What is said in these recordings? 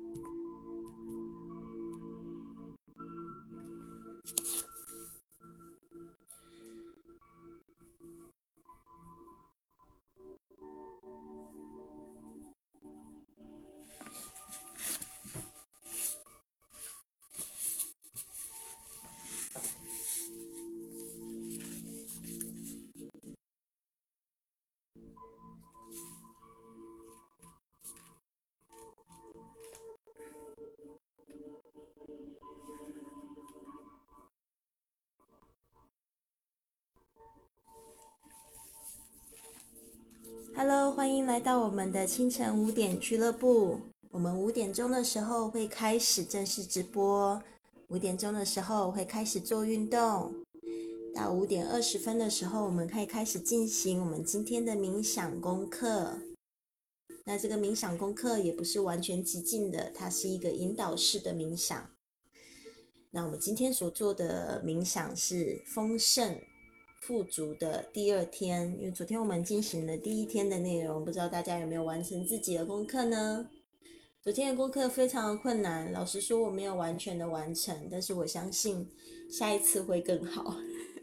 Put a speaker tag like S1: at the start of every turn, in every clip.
S1: Hello，欢迎来到我们的清晨5点俱乐部。我们5点钟的时候会开始正式直播，5点钟的时候会开始做运动，到5点20分的时候，我们可以开始进行我们今天的冥想功课。那这个冥想功课也不是完全极静的，它是一个引导式的冥想。那我们今天所做的冥想是丰盛富足的第2天，因为昨天我们进行了第1天的内容，不知道大家有没有完成自己的功课呢？昨天的功课非常的困难，老实说我没有完全的完成，但是我相信下一次会更好。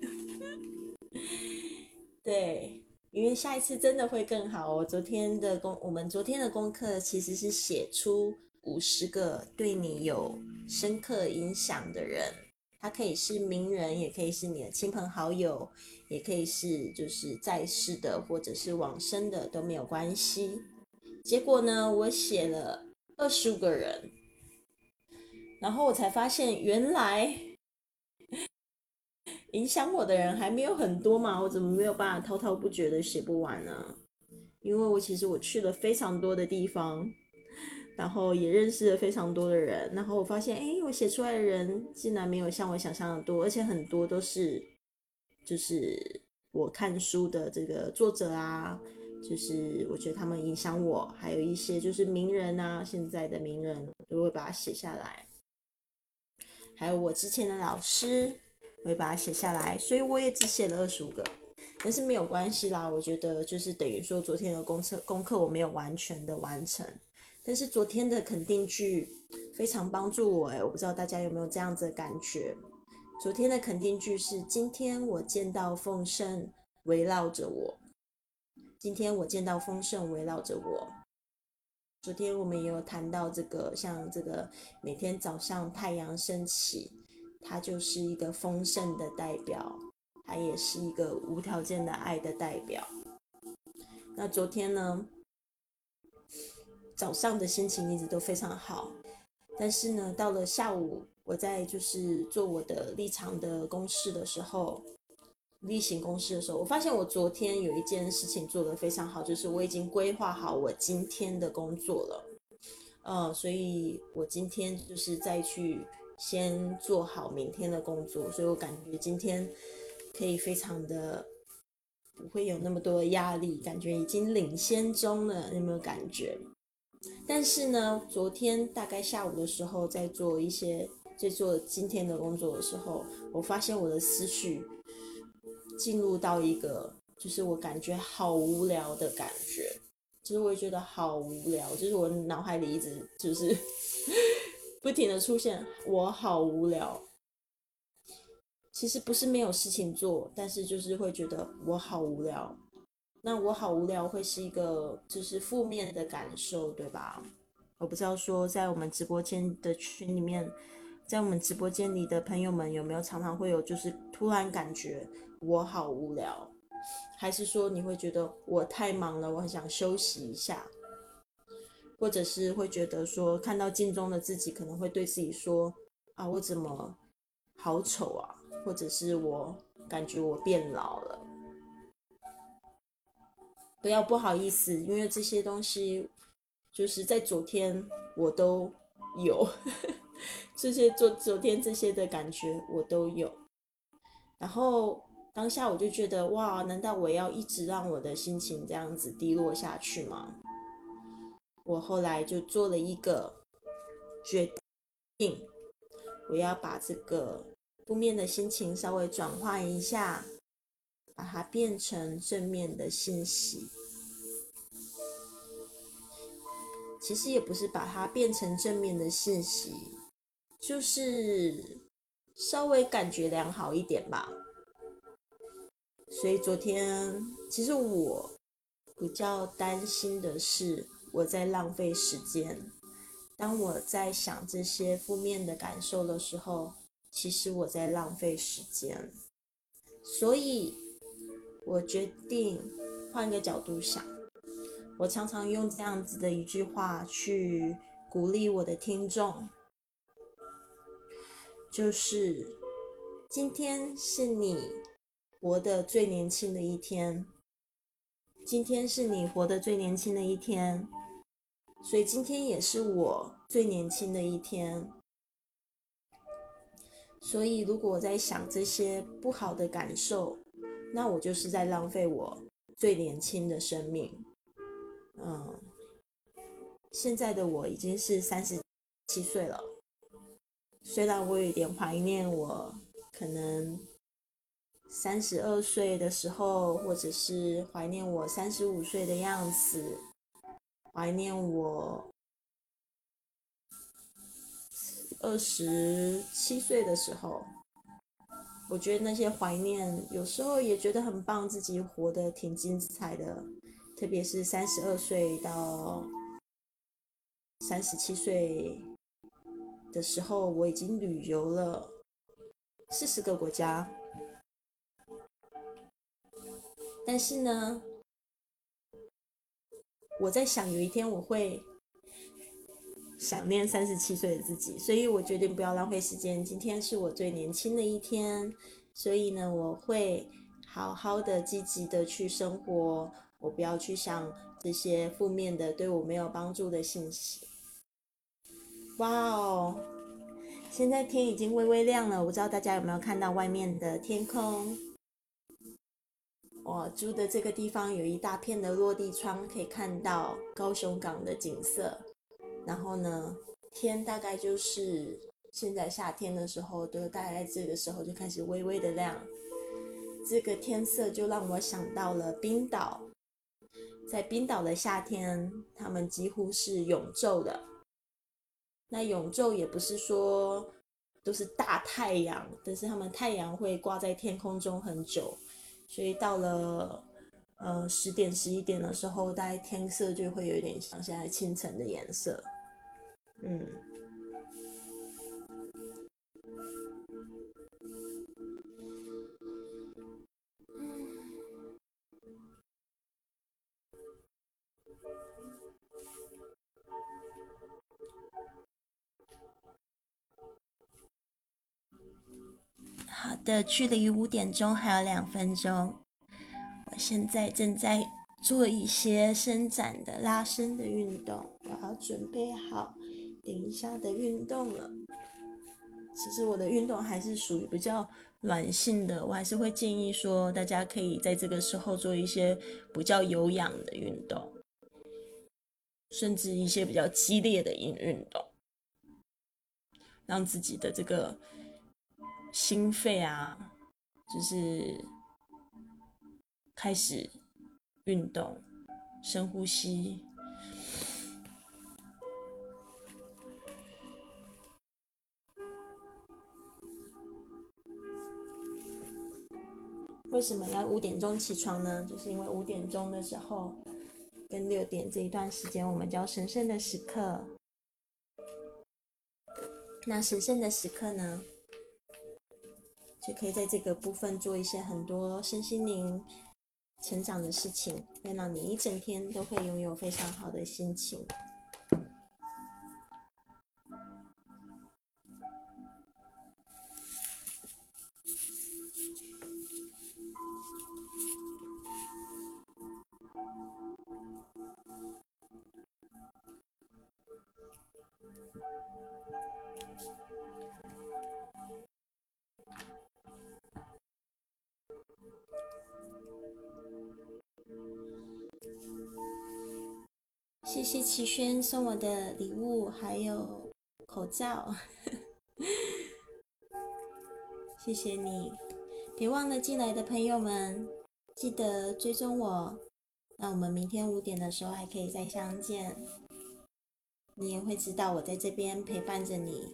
S1: 对，因为下一次真的会更好。我们昨天的功课其实是写出50个对你有深刻影响的人，他可以是名人，也可以是你的亲朋好友，也可以是就是在世的或者是往生的都没有关系。结果呢，我写了25个人，然后我才发现原来影响我的人还没有很多嘛，我怎么没有办法滔滔不绝的写不完呢？因为我其实去了非常多的地方，然后也认识了非常多的人，然后我发现，我写出来的人竟然没有像我想象的多，而且很多都是就是我看书的这个作者啊，就是我觉得他们影响我，还有一些就是名人啊，现在的名人我会把它写下来，还有我之前的老师我会把它写下来，所以我也只写了25个。但是没有关系啦，我觉得就是等于说昨天的功课我没有完全的完成，但是昨天的肯定句非常帮助我我不知道大家有没有这样子的感觉。昨天的肯定句是今天我见到丰盛围绕着我，今天我见到丰盛围绕着我。昨天我们也有谈到这个，像这个每天早上太阳升起，它就是一个丰盛的代表，它也是一个无条件的爱的代表。那昨天呢，早上的心情一直都非常好，但是呢，到了下午，我在就是做我的立场的公式的时候，例行公事的时候，我发现我昨天有一件事情做得非常好，就是我已经规划好我今天的工作了。所以我今天就是再去先做好明天的工作，所以我感觉今天可以非常的不会有那么多的压力，感觉已经领先中了，有没有感觉？但是呢，昨天大概下午的时候，在做今天的工作的时候，我发现我的思绪进入到一个就是我感觉好无聊的感觉，就是我也觉得好无聊，就是我脑海里一直就是不停的出现我好无聊。其实不是没有事情做，但是就是会觉得我好无聊。那我好无聊会是一个就是负面的感受，对吧？我不知道说在我们直播间的群里面，在我们直播间里的朋友们有没有常常会有就是突然感觉我好无聊，还是说你会觉得我太忙了，我很想休息一下，或者是会觉得说看到镜中的自己可能会对自己说啊我怎么好丑啊，或者是我感觉我变老了。不要不好意思，因为这些东西就是在昨天我都有这些昨天这些的感觉我都有，然后当下我就觉得哇，难道我要一直让我的心情这样子低落下去吗？我后来就做了一个决定，我要把这个负面的心情稍微转换一下，把它变成正面的信息。 其实也不是把它变成正面的信息，就是稍微感觉良好一点吧。所以昨天其实我比较担心的是我在浪费时间。当我在想这些负面的感受的时候，其实我在浪费时间。所以我决定换个角度想。我常常用这样子的一句话去鼓励我的听众，就是今天是你活得最年轻的一天，今天是你活得最年轻的一天，所以今天也是我最年轻的一天。所以如果我在想这些不好的感受，那我就是在浪费我最年轻的生命。现在的我已经是37岁了，虽然我有一点怀念我可能32岁的时候，或者是怀念我35岁的样子，怀念我27岁的时候，我觉得那些怀念有时候也觉得很棒，自己活得挺精彩的，特别是32岁到37岁的时候，我已经旅游了40个国家。但是呢，我在想有一天我会想念37岁的自己，所以我决定不要浪费时间。今天是我最年轻的一天，所以呢，我会好好的、积极的去生活，我不要去想这些负面的、对我没有帮助的信息。哇哦！现在天已经微微亮了，我不知道大家有没有看到外面的天空。我住的这个地方有一大片的落地窗，可以看到高雄港的景色。然后呢，天大概就是现在夏天的时候，都大概这个时候就开始微微的亮。这个天色就让我想到了冰岛，在冰岛的夏天，他们几乎是永昼的。那永昼也不是说都是大太阳，但是他们太阳会挂在天空中很久，所以到了10点11点的时候，大概天色就会有点像现在清晨的颜色。好的，距离5点钟还有2分钟。我现在正在做一些伸展的拉伸的运动，我要准备好等一下的运动了。其实我的运动还是属于比较软性的，我还是会建议说大家可以在这个时候做一些比较有氧的运动，甚至一些比较激烈的运动，让自己的这个心肺啊，就是开始运动，深呼吸。为什么要5点钟起床呢？就是因为5点钟的时候跟6点这一段时间，我们叫神圣的时刻。那神圣的时刻呢，就可以在这个部分做一些很多身心灵成长的事情，会让你一整天都会拥有非常好的心情。谢谢齐轩送我的礼物，还有口罩，谢谢你。别忘了进来的朋友们，记得追踪我。那我们明天5点的时候还可以再相见。 你也会知道我在这边陪伴着你。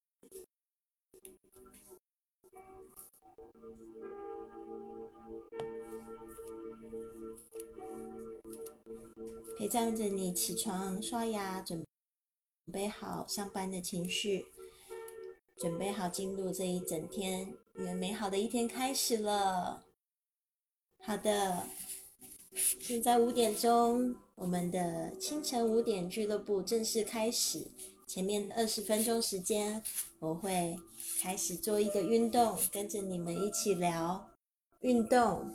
S1: 陪伴着你起床、刷牙，准备好上班的情绪，准备好进入这一整天，因为美好的一天开始了。好的，现在5点钟，我们的清晨5点俱乐部正式开始。前面20分钟时间，我会开始做一个运动，跟着你们一起聊运动。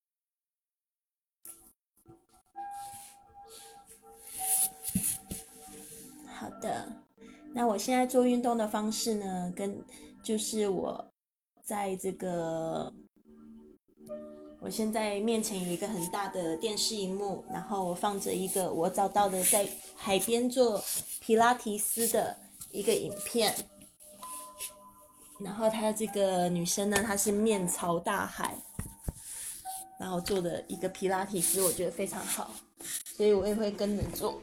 S1: 好的，那我现在做运动的方式呢，就是我在我现在面前有一个很大的电视荧幕，然后我放着一个我找到的在海边做皮拉提斯的一个影片，然后她这个女生呢，她是面朝大海，然后做的一个皮拉提斯，我觉得非常好，所以我也会跟着做，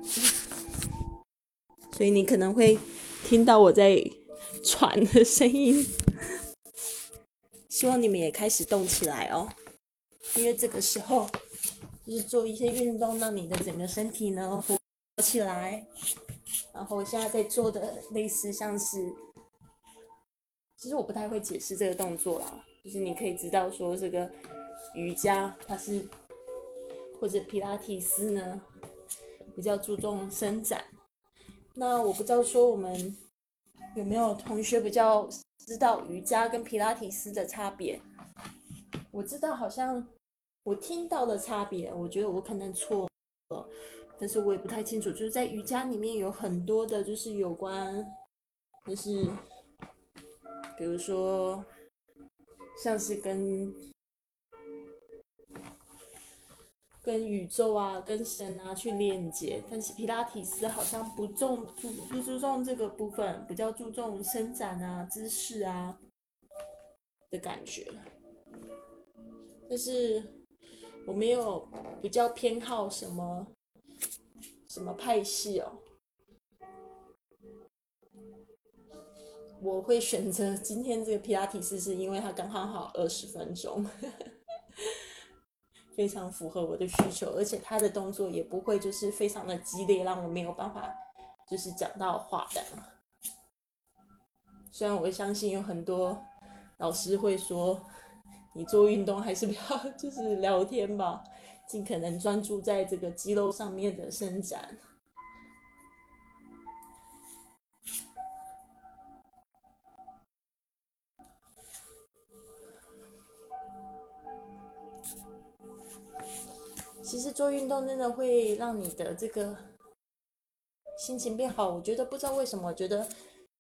S1: 所以你可能会听到我在喘的声音，希望你们也开始动起来哦。因为这个时候就是做一些运动，让你的整个身体呢活起来。然后我现在在做的类似像是，其实我不太会解释这个动作啦，就是你可以知道说这个瑜伽它是或者皮拉提斯呢比较注重伸展。那我不知道说我们有没有同学比较知道瑜伽跟皮拉提斯的差别？我知道好像我听到的差别，我觉得我可能错了，但是我也不太清楚。就是在瑜伽里面有很多的，就是有关，就是比如说像是跟宇宙啊、跟神啊去链接，但是皮拉提斯好像不注重这个部分，比较注重伸展啊、姿势啊的感觉。就是我没有比较偏好什么派系哦，我会选择今天这个皮拉提斯，是因为它刚好20分钟，非常符合我的需求，而且它的动作也不会就是非常的激烈，让我没有办法就是讲到话的。虽然我相信有很多老师会说，你做运动还是不要就是聊天吧，尽可能专注在这个肌肉上面的伸展。其实做运动真的会让你的这个心情变好，我觉得不知道为什么，我觉得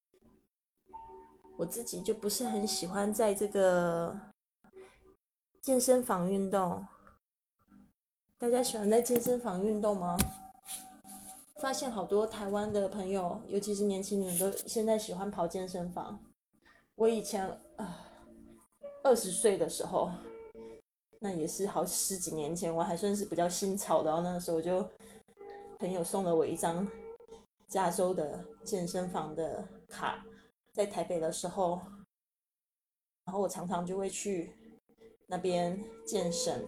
S1: 我自己就不是很喜欢在这个健身房运动。大家喜欢在健身房运动吗？发现好多台湾的朋友，尤其是年轻人，都现在喜欢跑健身房。我以前20岁的时候，那也是好10几年前，我还算是比较新潮的。然后那个时候就朋友送了我一张加州的健身房的卡，在台北的时候，然后我常常就会去那边健身，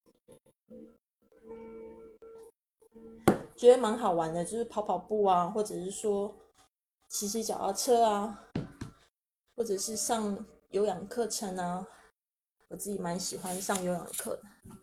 S1: 觉得蛮好玩的，就是跑跑步啊，或者是说骑脚踏车啊，或者是上有氧课程啊。我自己蛮喜欢上有氧课的。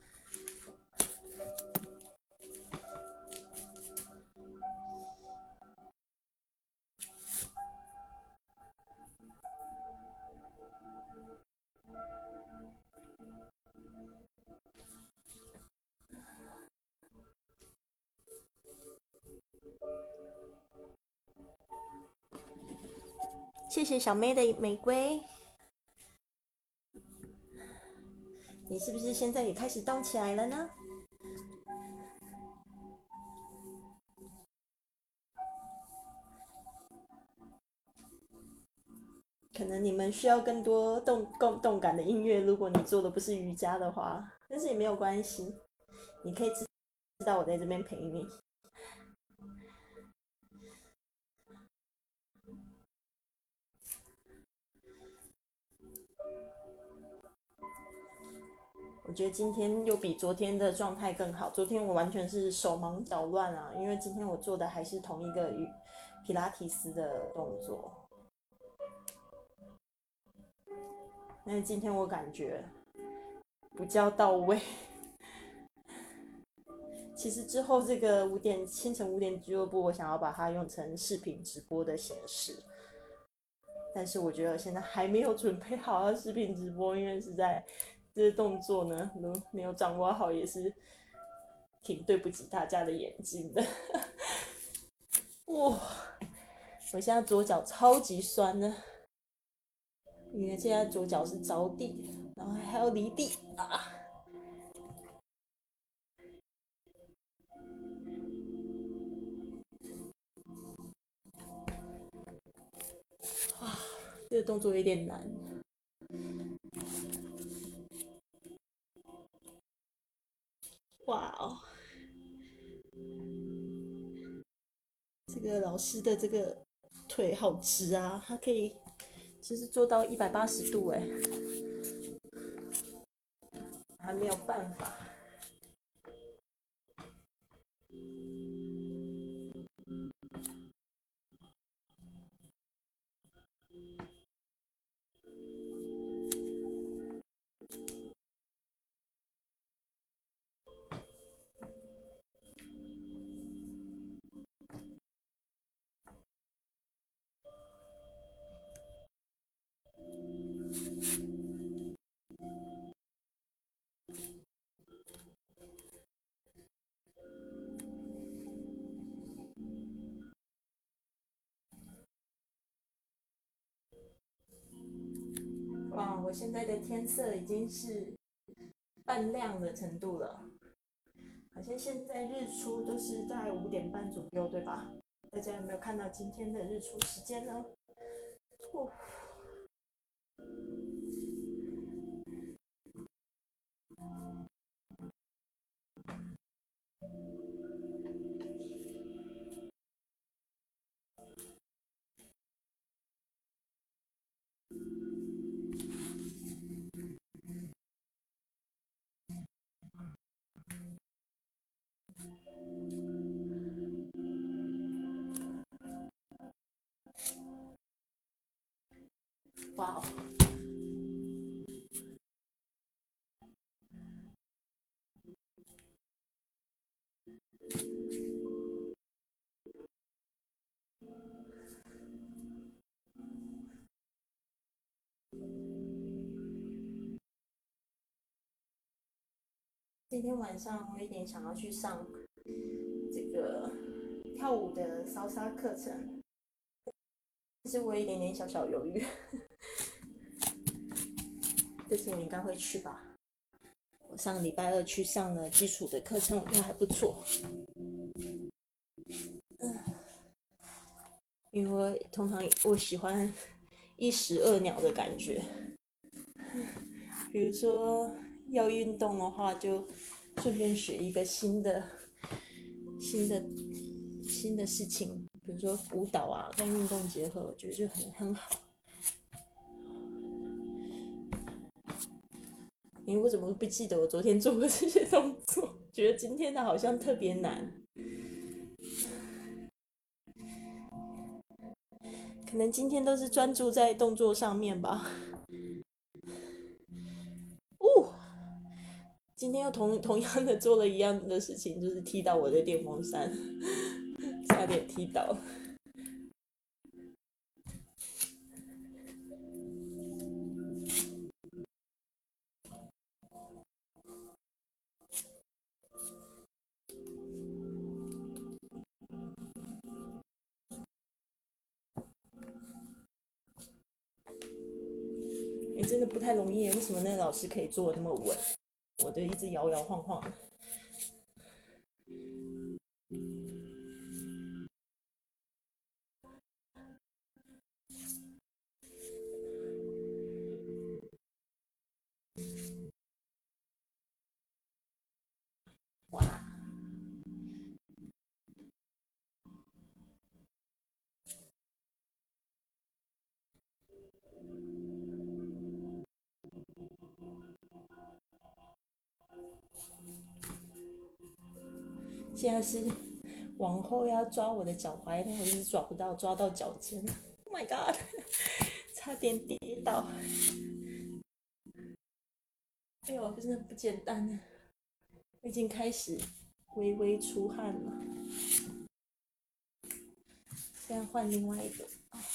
S1: 谢谢小妹的玫瑰，你是不是现在也开始动起来了呢？可能你们需要更多动感的音乐，如果你做的不是瑜伽的话，但是也没有关系，你可以知道我在这边陪你。 我觉得今天又比昨天的状态更好。昨天我完全是手忙脚乱啊，因为今天我做的还是同一个皮拉提斯的动作，但是今天我感觉比较到位。其实之后这个清晨5点俱乐部，我想要把它用成视频直播的形式，但是我觉得现在还没有准备好要视频直播，因为实在这些动作呢，没有掌握好，也是挺对不起大家的眼睛的。哇，我现在左脚超级酸的，因为现在左脚是着地，然后还要离地啊。这个动作有点难。哇哦，这个老师的这个腿好直啊，他可以其实做到180度哎，还没有办法。哇，我现在的天色已经是半亮的程度了，好像现在日出都是在5点半左右，对吧？大家有没有看到今天的日出时间呢？哦，哇哦，今天晚上我有点想要去上这个跳舞的骚莎课程，但是我有一点点小小犹豫，但是我应该会去吧。我上礼拜2去上了基础的课程，我觉得还不错。因为通常我喜欢一石二鸟的感觉，比如说要运动的话，就顺便学一个新的新的事情，比如说舞蹈啊，跟运动结合，我觉得就很好。因为我怎么不记得我昨天做过这些动作？觉得今天的好像特别难，可能今天都是专注在动作上面吧。哦，今天又同样的做了一样的事情，就是踢到我的电风扇，差点踢倒。真的不太容易，为什么那个老师可以做的那么稳？我的一直摇摇晃晃。哇， 现在是往后要抓我的脚踝，但还是抓不到，抓到脚尖。Oh my god！ 差点跌倒。哎呦，真的不简单呢，我已经开始微微出汗了。现在换另外一个。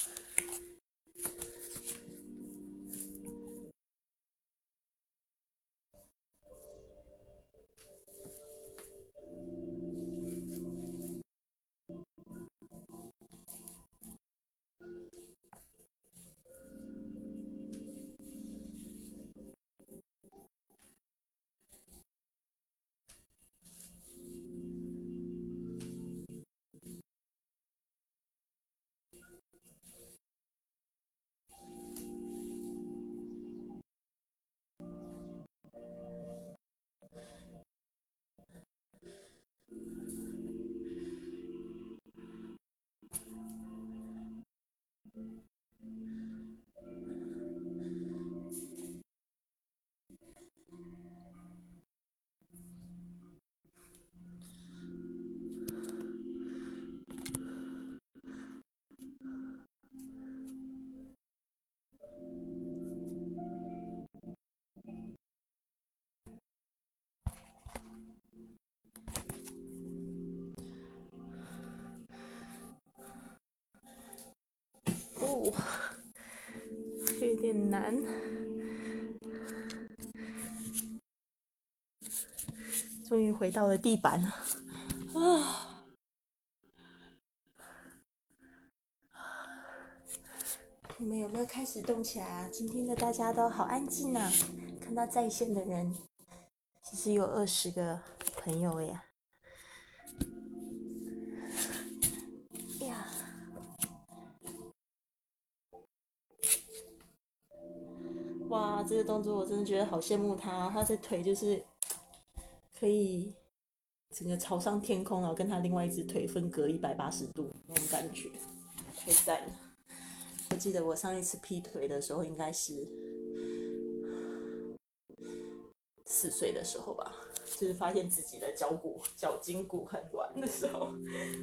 S1: 哦，有点难。终于回到了地板了。啊！你们有没有开始动起来啊？今天的大家都好安静啊！看到在线的人，其实有20个朋友耶。呀！哇，这个动作我真的觉得好羡慕他，他的腿就是可以整个朝上天空，然后跟他另外一只腿分隔180度那种感觉，太赞了。我记得我上一次劈腿的时候，应该是4岁的时候吧，就是发现自己的脚筋骨很软的时候。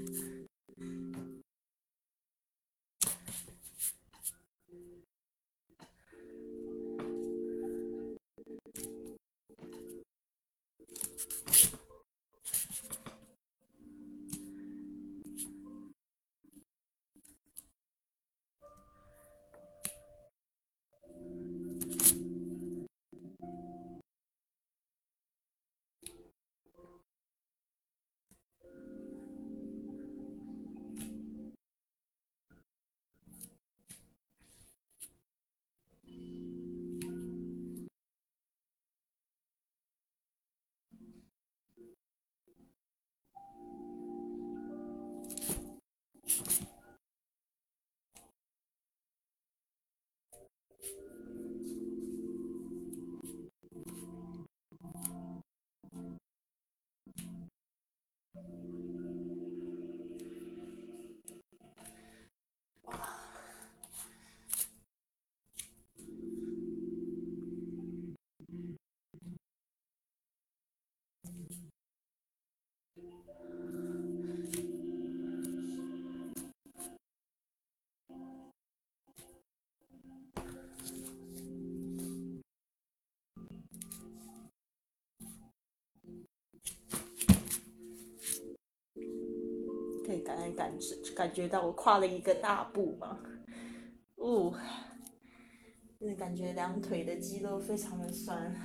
S1: 可以感觉到我跨了一个大步吗？哦，真的感觉两腿的肌肉非常的酸。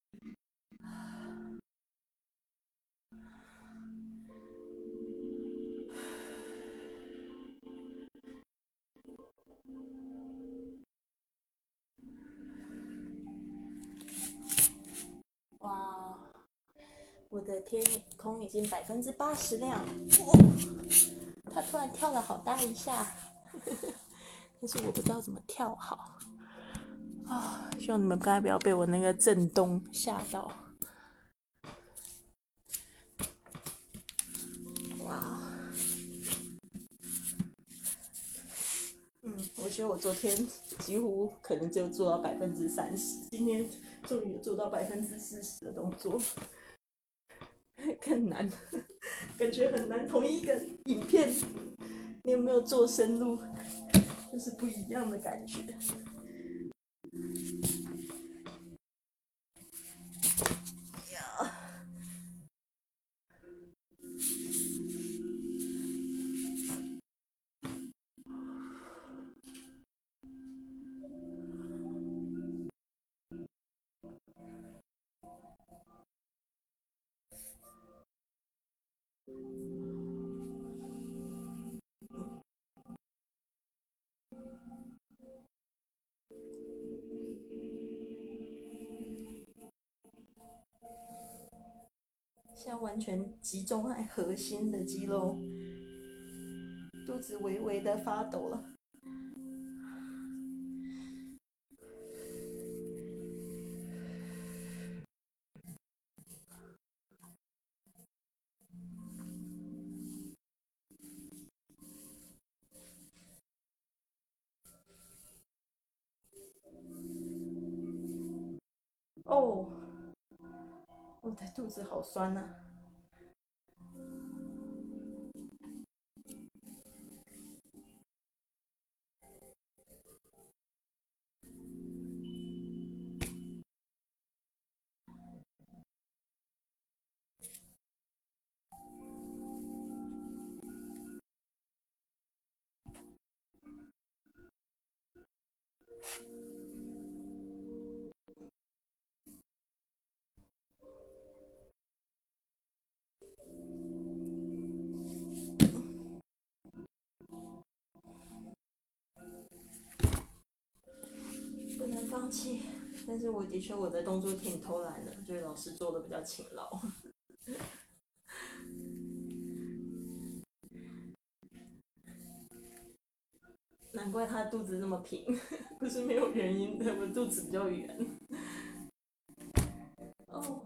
S1: 哇，我的天空已经80%亮，它突然跳了好大一下，但是我不知道怎么跳好啊！希望你们刚才不要被我那个震动吓到。哇，我觉得我昨天几乎可能就做到30%，今天终于做到40%的动作。 更难，感觉很难。同一个影片，你有没有做深入，就是不一样的感觉。现在完全集中在核心的肌肉，肚子微微的发抖了。哦，我的肚子好酸呐、不能放弃。但是我的确我的动作挺偷懒的，觉得老师做的比较勤劳。难怪他肚子那么平，不是没有原因的，我肚子比较圆。哦，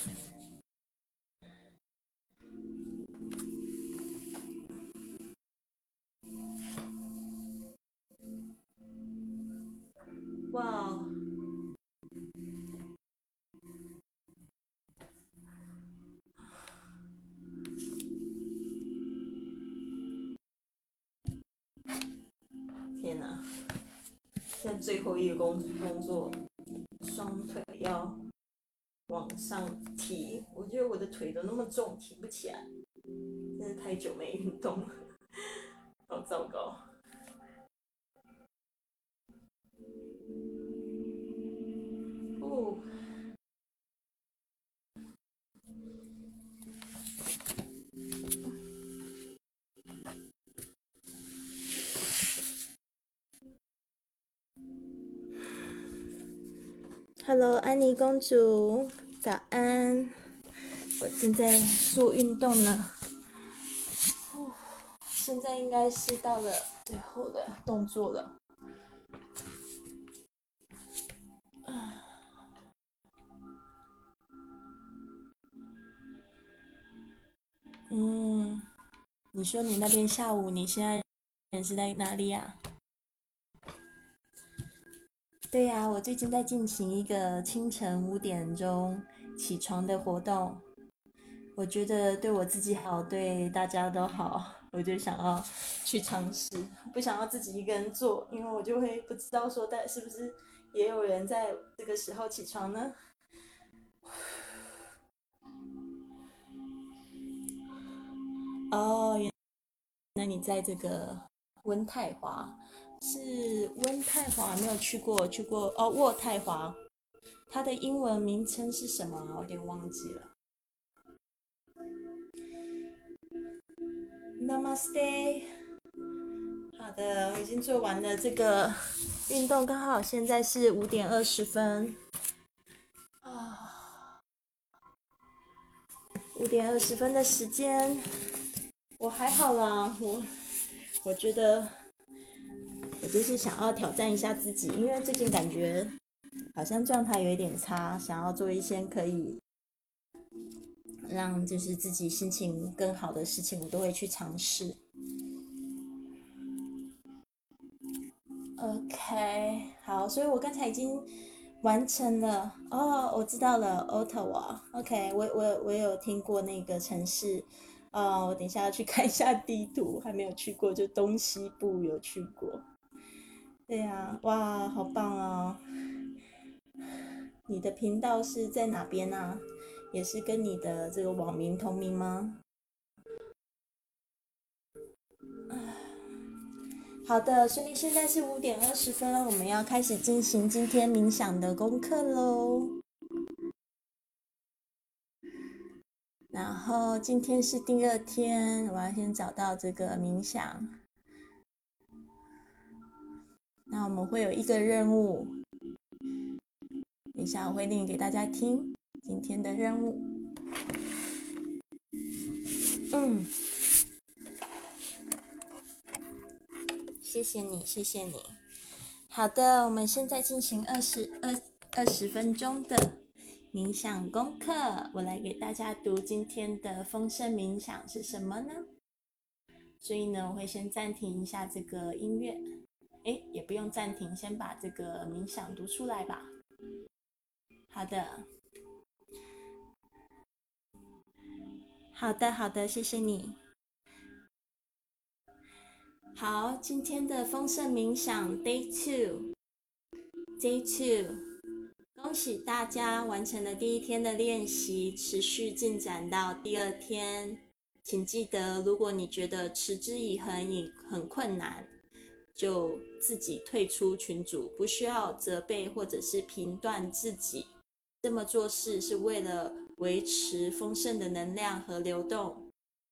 S1: 哇，天哪！现在最后一个动作，双腿要往上提，我觉得我的腿都那么重，提不起来，真的太久没运动了，好糟糕。哦，Hello，安妮公主，早安。我正在做运动呢。现在应该是到了最后的动作了。嗯，你说你那边下午，你现在人是在哪里呀？对呀，我最近在进行一个清晨5点钟起床的活动，我觉得对我自己好，对大家都好，我就想要去尝试，不想要自己一个人做，因为我就会不知道说，但是不是也有人在这个时候起床呢？哦，原来你在这个温太华，是温太华没有去过，去过哦，渥太华，它的英文名称是什么啊？我有点忘记了。Namaste。好的，我已经做完了这个运动，刚好现在是5点20分啊，5点20分的时间，我还好啦，我觉得我就是想要挑战一下自己，因为最近感觉好像状态有一点差，想要做一些可以让就是自己心情更好的事情，我都会去尝试。OK，好，所以我刚才已经完成了哦，我知道了，Ottawa。OK，我有听过那个城市，我等一下要去看一下地图，还没有去过，就东西部有去过。对呀，哇，好棒哦！你的频道是在哪边呢？也是跟你的这个网名同名吗？好的，所以现在是5:20，我们要开始进行今天冥想的功课喽。然后今天是第二天，我要先找到这个冥想。那我们会有一个任务，等一下我会念给大家听今天的任务。谢谢你，谢谢你。好的，我们现在进行二十分钟的冥想功课。我来给大家读今天的丰盛冥想是什么呢？所以呢，我会先暂停一下这个音乐。也不用暂停，先把这个冥想读出来吧。好的，好的，好的，谢谢你。好，今天的丰盛冥想 Day 2，恭喜大家完成了第一天的练习，持续进展到第二天。请记得，如果你觉得持之以恒也很困难，就自己退出群组，不需要责备或者是评断自己。这么做事是为了维持丰盛的能量和流动。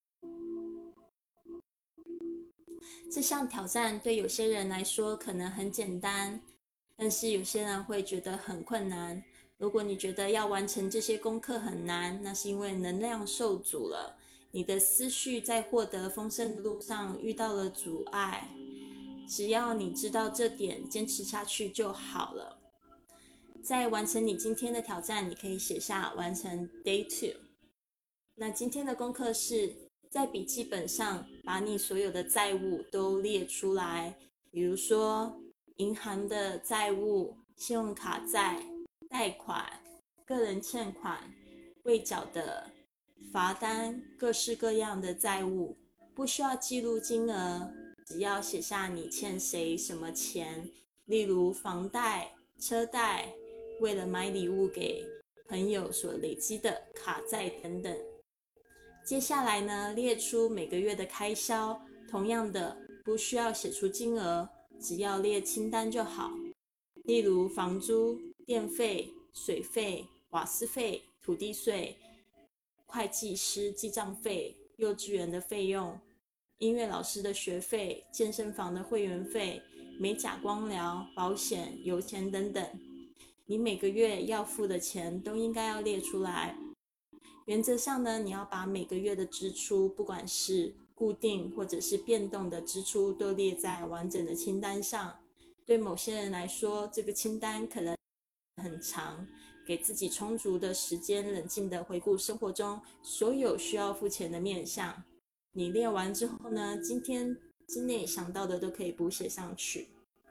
S1: 这项挑战对有些人来说可能很简单，但是有些人会觉得很困难。如果你觉得要完成这些功课很难，那是因为能量受阻了，你的思绪在获得丰盛的路上遇到了阻碍。只要你知道这点，坚持下去就好了。在完成你今天的挑战，你可以写下完成 Day 2。那今天的功课是在笔记本上把你所有的债务都列出来，比如说银行的债务、信用卡债、贷款、个人欠款、未缴的罚单，各式各样的债务，不需要记录金额，只要写下你欠谁什么钱，例如房贷、车贷，为了买礼物给朋友所累积的卡债等等。接下来呢，列出每个月的开销，同样的，不需要写出金额，只要列清单就好。例如房租、电费、水费、瓦斯费、土地税、会计师记账费、幼稚园的费用、音乐老师的学费、健身房的会员费、美甲光疗、保险、油钱等等。你每个月要付的钱都应该要列出来。原则上呢，你要把每个月的支出，不管是固定或者是变动的支出，都列在完整的清单上。对某些人来说，这个清单可能很长，给自己充足的时间，冷静地回顾生活中所有需要付钱的面向。你列完之后呢，今天之内想到的都可以补写上去。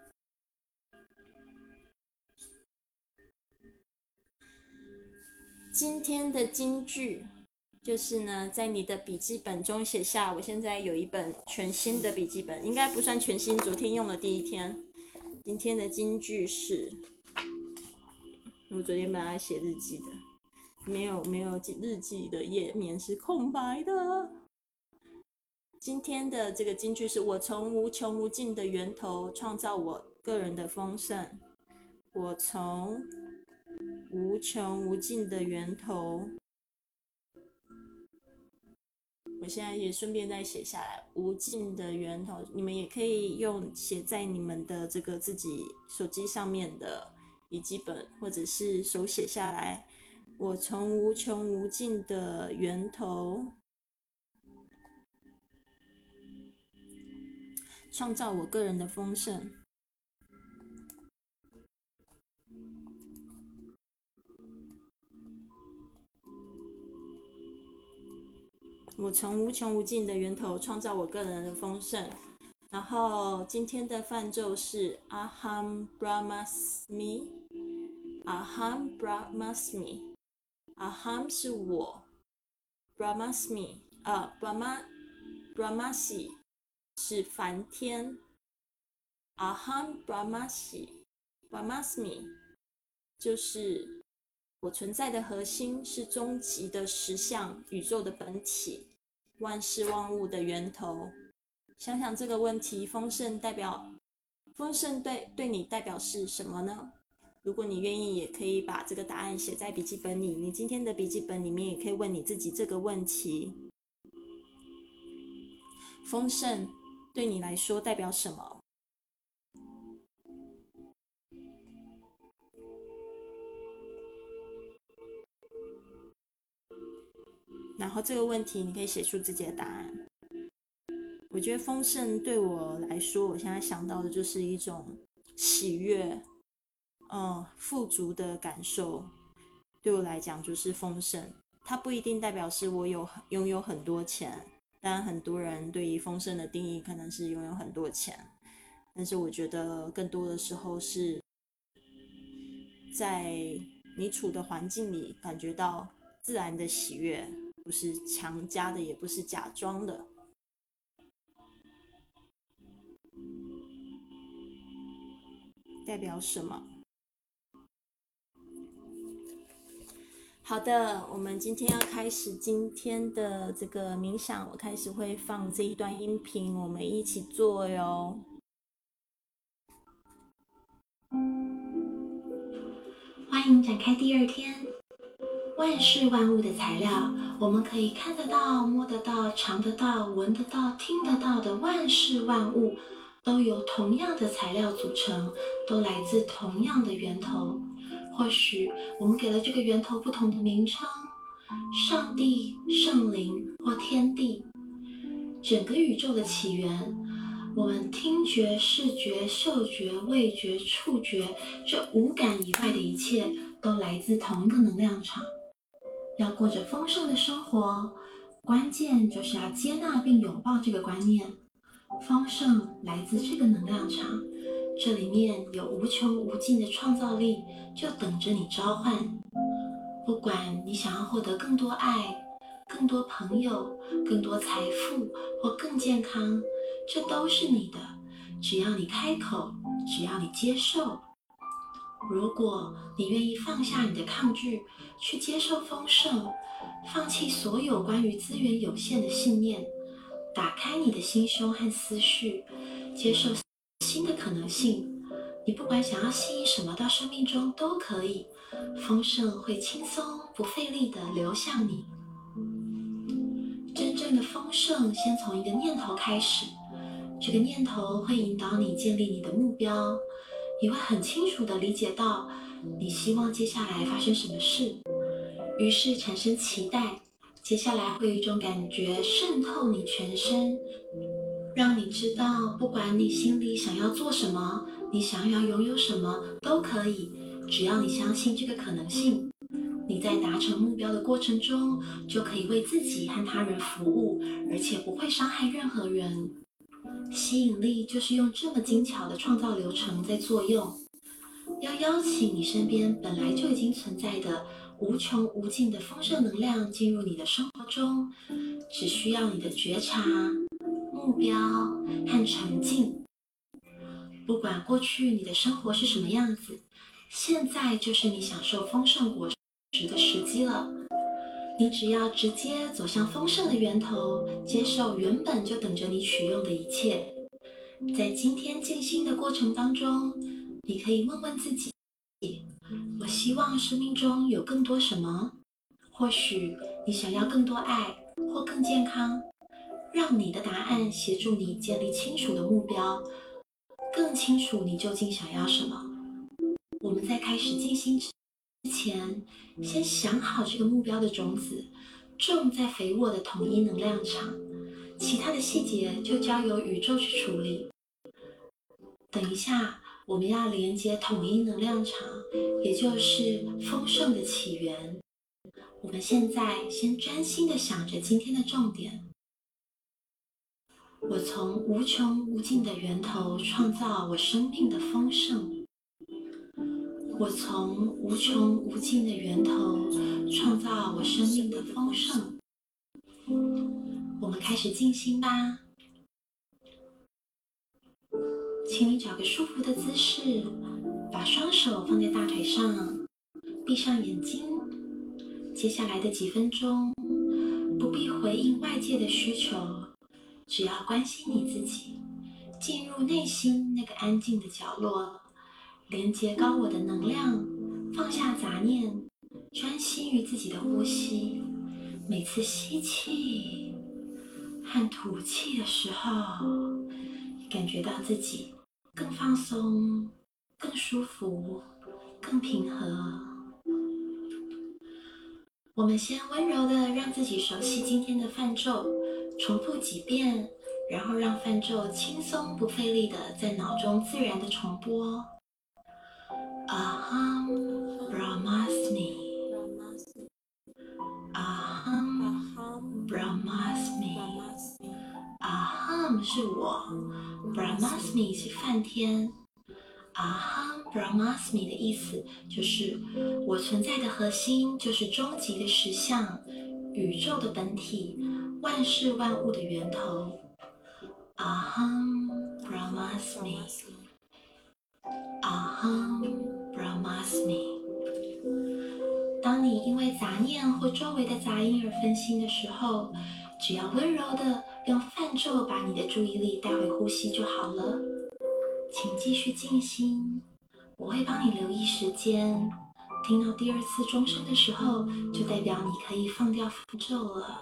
S1: 今天的金句就是呢，在你的笔记本中写下。我现在有一本全新的笔记本，应该不算全新，昨天用了第一天。今天的金句是，我昨天本来写日记的，没有日记的页面是空白的。今天的这个金句是：我从无穷无尽的源头创造我个人的丰盛。我从无穷无尽的源头，我现在也顺便再写下来，无尽的源头，你们也可以用写在你们的这个自己手机上面的笔记本，或者是手写下来。我从无穷无尽的源头创造我个人的丰盛。我从无穷无尽的源头创造我个人的丰盛。然后今天的梵咒是 Aham Brahmasmi。 Aham Brahmasmi。Aham 是我，Brahmasi 是梵天。Aham Brahmasmi 就是我存在的核心，是终极的实相，宇宙的本体，万事万物的源头。想想这个问题，丰盛对你代表是什么呢？如果你愿意，也可以把这个答案写在笔记本里。你今天的笔记本里面也可以问你自己这个问题：丰盛对你来说代表什么？然后这个问题你可以写出自己的答案。我觉得丰盛对我来说，我现在想到的就是一种喜悦，富足的感受。对我来讲就是丰盛，它不一定代表是我拥有很多钱，当然很多人对于丰盛的定义可能是拥有很多钱，但是我觉得更多的时候是在你处的环境里感觉到自然的喜悦，不是强加的，也不是假装的。代表什么？好的，我们今天要开始今天的这个冥想，我开始会放这一段音频，我们一起做哟。
S2: 欢迎展开第二天。万事万物的材料，我们可以看得到、摸得到、尝得到、闻得到、听得到的万事万物，都由同样的材料组成，都来自同样的源头。或许我们给了这个源头不同的名称，上帝、圣灵或天地。整个宇宙的起源，我们听觉、视觉、嗅觉、味觉、触觉这五感以外的一切，都来自同一个能量场。要过着丰盛的生活，关键就是要接纳并拥抱这个观念。丰盛来自这个能量场，这里面有无穷无尽的创造力，就等着你召唤。不管你想要获得更多爱、更多朋友、更多财富或更健康，这都是你的，只要你开口，只要你接受。如果你愿意放下你的抗拒，去接受丰盛，放弃所有关于资源有限的信念，打开你的心胸和思绪，接受新的可能性，你不管想要吸引什么到生命中都可以，丰盛会轻松不费力地流向你。真正的丰盛先从一个念头开始，这个念头会引导你建立你的目标，你会很清楚地理解到你希望接下来发生什么事，于是产生期待，接下来会有一种感觉渗透你全身，让你知道不管你心里想要做什么，你想要拥有什么都可以，只要你相信这个可能性，你在达成目标的过程中就可以为自己和他人服务，而且不会伤害任何人。吸引力就是用这么精巧的创造流程在作用，要邀请你身边本来就已经存在的无穷无尽的丰盛能量进入你的生活中，只需要你的觉察、目标和沉静。不管过去你的生活是什么样子，现在就是你享受丰盛果实的时机了。你只要直接走向丰盛的源头，接受原本就等着你取用的一切。在今天静心的过程当中，你可以问问自己，我希望生命中有更多什么？或许你想要更多爱或更健康，让你的答案协助你建立清楚的目标，更清楚你究竟想要什么。我们在开始静心之前，先想好这个目标的种子，种在肥沃的统一能量场，其他的细节就交由宇宙去处理。等一下，我们要连接统一能量场，也就是丰盛的起源。我们现在先专心地想着今天的重点。我从无穷无尽的源头创造我生命的丰盛。 我从无穷无尽的源头创造我生命的丰盛。我们开始静心吧。请你找个舒服的姿势，把双手放在大腿上，闭上眼睛。接下来的几分钟，不必回应外界的需求，只要关心你自己，进入内心那个安静的角落，连接高我的能量，放下杂念，专心于自己的呼吸。每次吸气和吐气的时候，感觉到自己更放松、更舒服、更平和。我们先温柔地让自己熟悉今天的梵咒，重复几遍，然后让梵咒轻松不费力地在脑中自然地重播。Aham Brahmasmi Aham Brahmasmi Aham 是我， Brahmasmi 是梵天。Aham Brahmasmi 的意思就是我存在的核心就是终极的实相，宇宙的本体，万事万物的源头。Aham Brahmasmi Aham Brahmasmi。 当你因为杂念或周围的杂音而分心的时候，只要温柔地用梵咒把你的注意力带回呼吸就好了。请继续静心，我会帮你留意时间。听到第二次钟声的时候，就代表你可以放掉符咒了。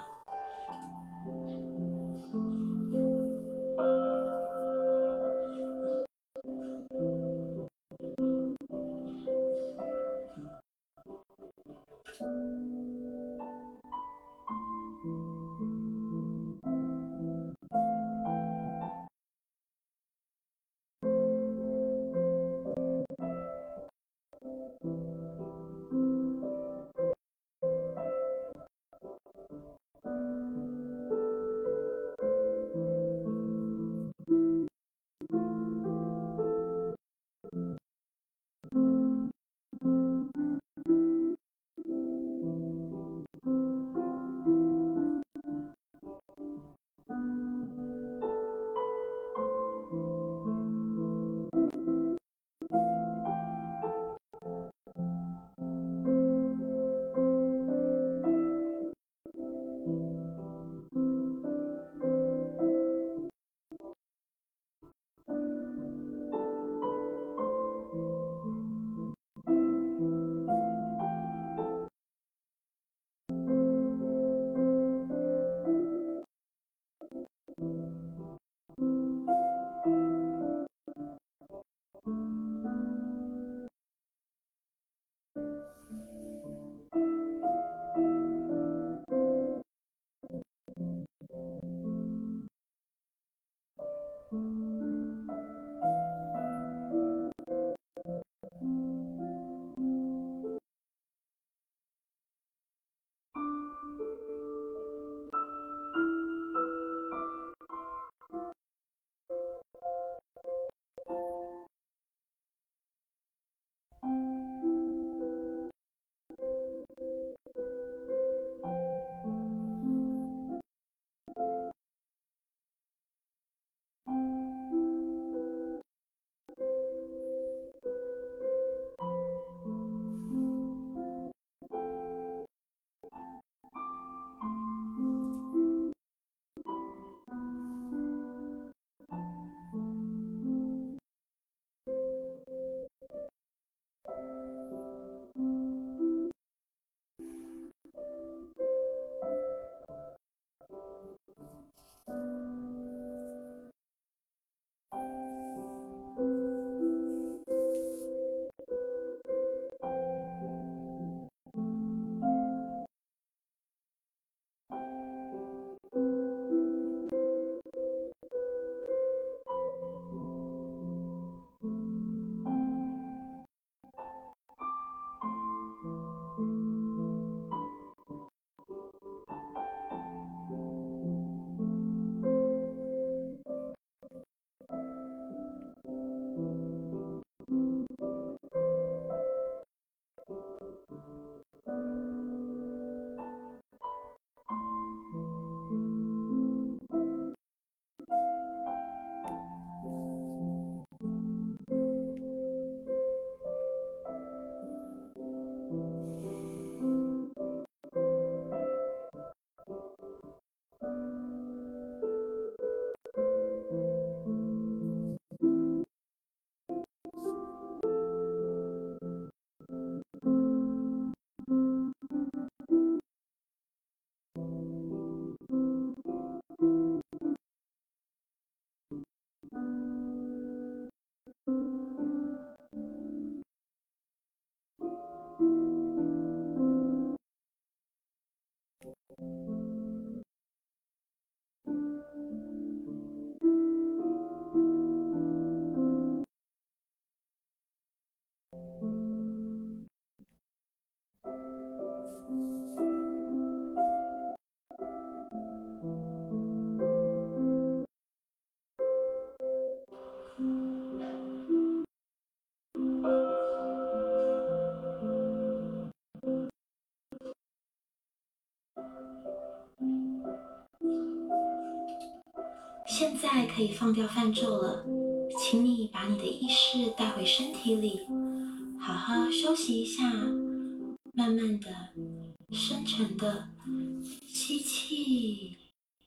S2: 现在可以放掉泛咒了，请你把你的意识带回身体里，好好休息一下，慢慢的、深沉的吸气，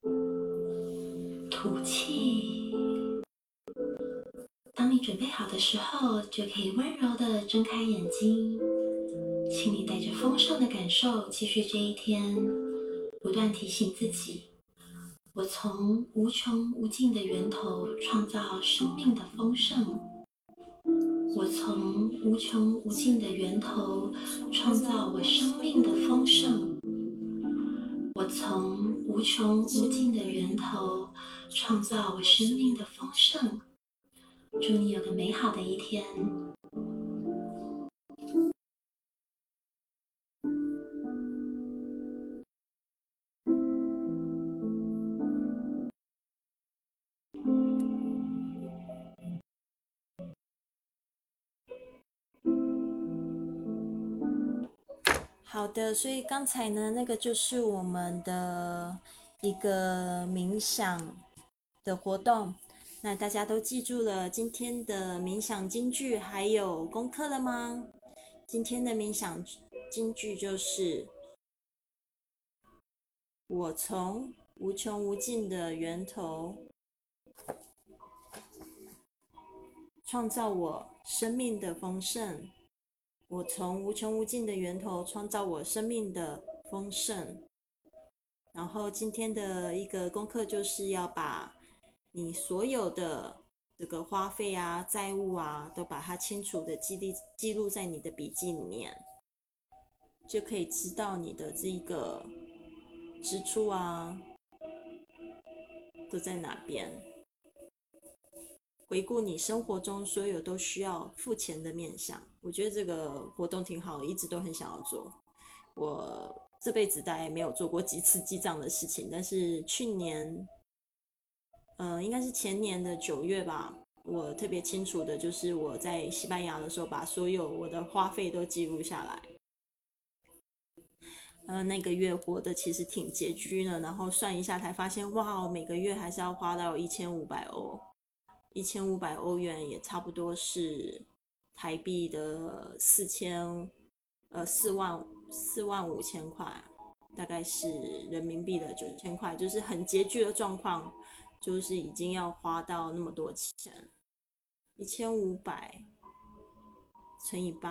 S2: 吐气。当你准备好的时候，就可以温柔的睁开眼睛。请你带着丰盛的感受继续这一天，不断提醒自己：我从无穷无尽的源头创造生命的丰盛。我从无穷无尽的源头创造我生命的丰盛。我从无穷无尽的源头创造我生命的丰盛。祝你有个美好的一天。
S1: 好的，所以刚才呢，那个就是我们的一个冥想的活动。那大家都记住了今天的冥想金句还有功课了吗？今天的冥想金句就是我从无穷无尽的源头创造我生命的丰盛。我从无穷无尽的源头创造我生命的丰盛。然后今天的一个功课就是要把你所有的这个花费啊、债务啊，都把它清楚的记录在你的笔记里面，就可以知道你的这个支出啊都在哪边。回顾你生活中所有都需要付钱的面向，我觉得这个活动挺好的，一直都很想要做。我这辈子大概没有做过几次记账的事情，但是去年，应该是前年的9月吧，我特别清楚的就是我在西班牙的时候，把所有我的花费都记录下来。那个月活的其实挺拮据的，然后算一下才发现，哇，每个月还是要花到1500欧。1500欧元也差不多是台币的4万5千块，大概是人民币的9000块，就是很拮据的状况，就是已经要花到那么多钱，1500乘以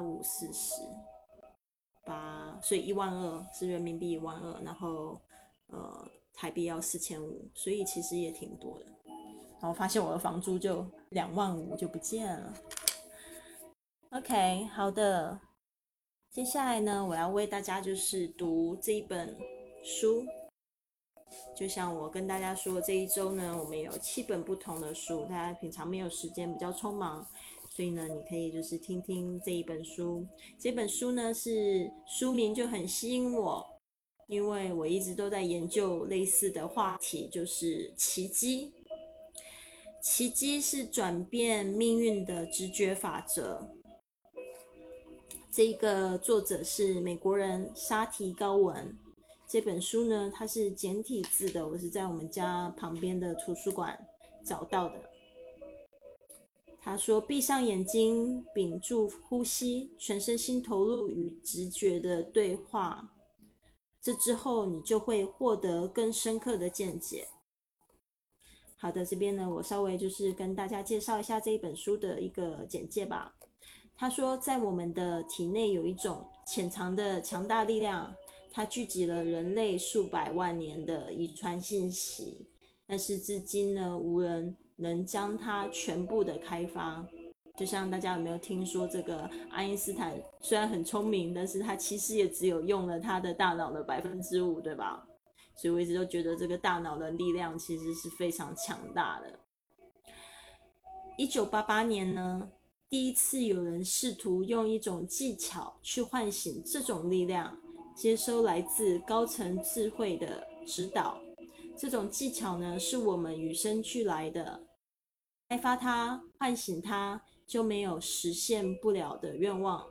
S1: 88540，所以12000是人民币12000，然后台币要4500，所以其实也挺多的。然后发现我的房租就25000就不见了。OK， 好的，接下来呢，我要为大家就是读这一本书。就像我跟大家说，这一周呢，我们有7本不同的书，大家平常没有时间，比较匆忙，所以呢，你可以就是听听这一本书。这本书呢，是书名就很吸引我，因为我一直都在研究类似的话题，就是奇迹。奇迹是转变命运的直觉法则。这个作者是美国人沙提高文。这本书呢，它是简体字的，我是在我们家旁边的图书馆找到的。他说：闭上眼睛，屏住呼吸，全身心投入与直觉的对话。这之后，你就会获得更深刻的见解。好的，这边呢，我稍微就是跟大家介绍一下这一本书的一个简介吧。他说，在我们的体内有一种潜藏的强大力量，它聚集了人类数百万年的遗传信息，但是至今呢，无人能将它全部的开发。就像大家有没有听说这个爱因斯坦虽然很聪明，但是他其实也只有用了他的大脑的5%，对吧？所以我一直都觉得这个大脑的力量其实是非常强大的。1988年呢，第一次有人试图用一种技巧去唤醒这种力量，接收来自高层智慧的指导。这种技巧呢，是我们与生俱来的，开发它，唤醒它，就没有实现不了的愿望。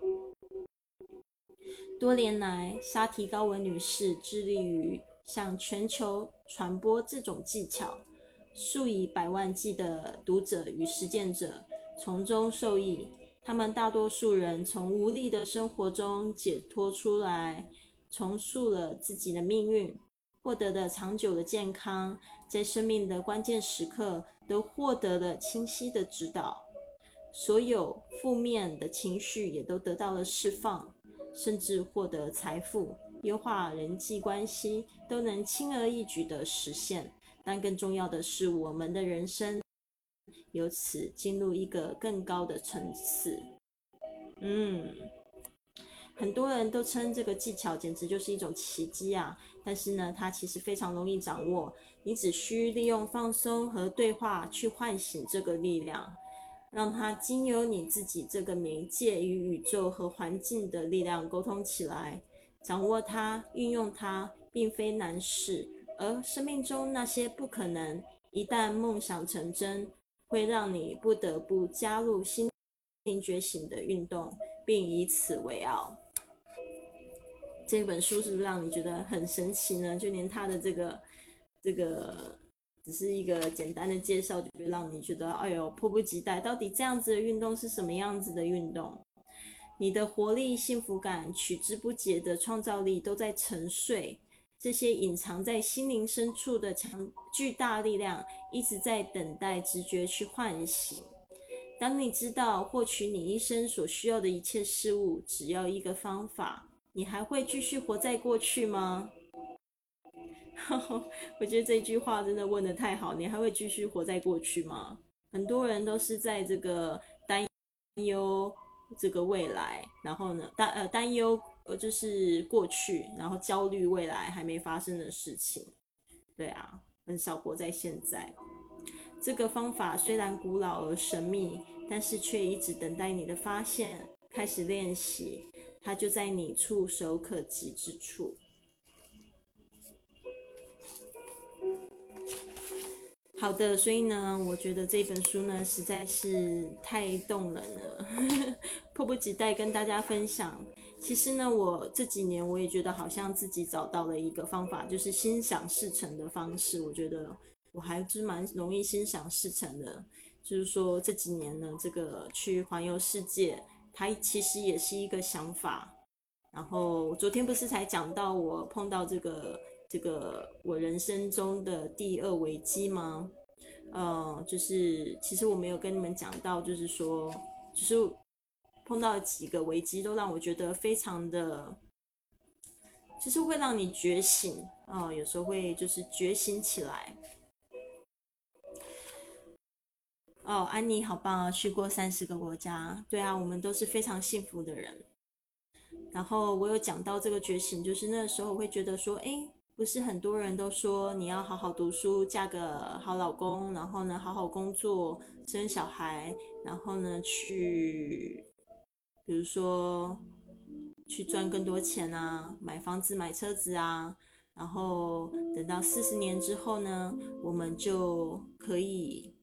S1: 多年来，沙提高文女士致力于向全球传播这种技巧， 数以百万计的读者与实践者从中受益。他们大多数人从无力的生活中解脱出来，重塑了自己的命运，获得了长久的健康，在生命的关键时刻都获得了清晰的指导。所有负面的情绪也都得到了释放，甚至获得财富，优化人际关系，都能轻而易举地实现。但更重要的是，我们的人生由此进入一个更高的层次。很多人都称这个技巧简直就是一种奇迹啊！但是呢，它其实非常容易掌握，你只需利用放松和对话去唤醒这个力量，让它经由你自己这个媒介与宇宙和环境的力量沟通起来。掌握它，运用它，并非难事，而生命中那些不可能，一旦梦想成真，会让你不得不加入心灵觉醒的运动，并以此为傲。这本书是不是让你觉得很神奇呢？就连它的这个只是一个简单的介绍，就会让你觉得哎呦迫不及待，到底这样子的运动是什么样子的运动？你的活力、幸福感、取之不竭的创造力都在沉睡，这些隐藏在心灵深处的巨大力量一直在等待直觉去唤醒。当你知道获取你一生所需要的一切事物只要一个方法，你还会继续活在过去吗？我觉得这句话真的问得太好，你还会继续活在过去吗？很多人都是在这个担忧这个未来，然后呢担忧就是过去，然后焦虑未来还没发生的事情。对啊，很少活在现在。这个方法虽然古老而神秘，但是却一直等待你的发现，开始练习，它就在你触手可及之处。好的，所以呢，我觉得这本书呢实在是太动人了，迫不及待跟大家分享。其实呢，我这几年我也觉得好像自己找到了一个方法，就是心想事成的方式。我觉得我还是蛮容易心想事成的，就是说这几年呢，这个去环游世界，它其实也是一个想法。然后昨天不是才讲到我碰到这个我人生中的第2危机吗？就是其实我没有跟你们讲到，就是说，就是碰到几个危机都让我觉得非常的，就是会让你觉醒有时候会就是觉醒起来。安妮好棒啊，去过30个国家。对啊，我们都是非常幸福的人。然后我有讲到这个觉醒，就是那时候我会觉得说，不是很多人都说你要好好读书，嫁个好老公，然后呢好好工作，生小孩，然后呢比如说去赚更多钱啊，买房子买车子啊，然后等到40年之后呢，我们就可以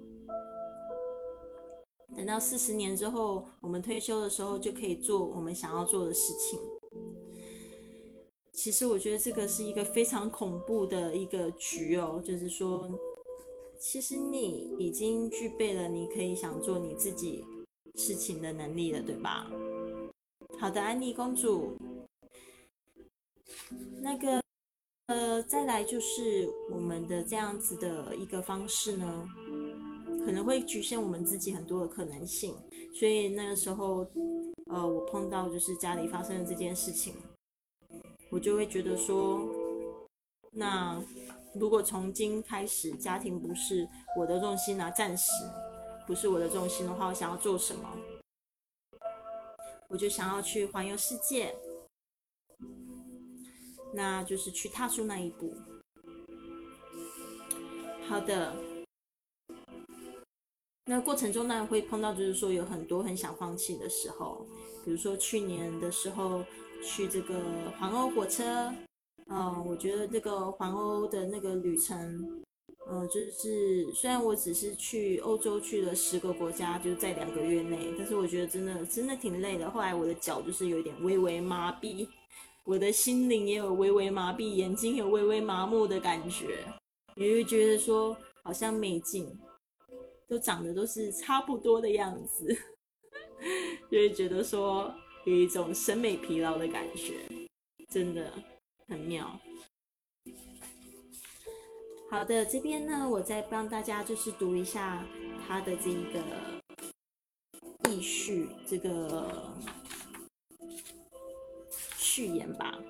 S1: 等到40年之后，我们退休的时候就可以做我们想要做的事情。其实我觉得这个是一个非常恐怖的一个局哦，就是说，其实你已经具备了你可以想做你自己事情的能力了，对吧？好的，安妮公主，那个再来就是我们的这样子的一个方式呢，可能会局限我们自己很多的可能性，所以那个时候我碰到就是家里发生的这件事情，我就会觉得说，那如果从今开始家庭不是我的重心啊，暂时不是我的重心的话，我想要做什么？我就想要去环游世界，那就是去踏出那一步。好的，那过程中当然会碰到，就是说有很多很想放弃的时候，比如说去年的时候去这个环欧火车，我觉得这个环欧的那个旅程，就是虽然我只是去欧洲去了10个国家，就是在2个月内，但是我觉得真的挺累的。后来我的脚就是有点微微麻痹，我的心灵也有微微麻痹，眼睛有微微麻木的感觉，也会觉得说， 好像美景，都长得都是差不多的样子，就会觉得说有一种审美疲劳的感觉，真的很妙。好的，这边呢，我再帮大家就是读一下它的这个译序，这个序言吧。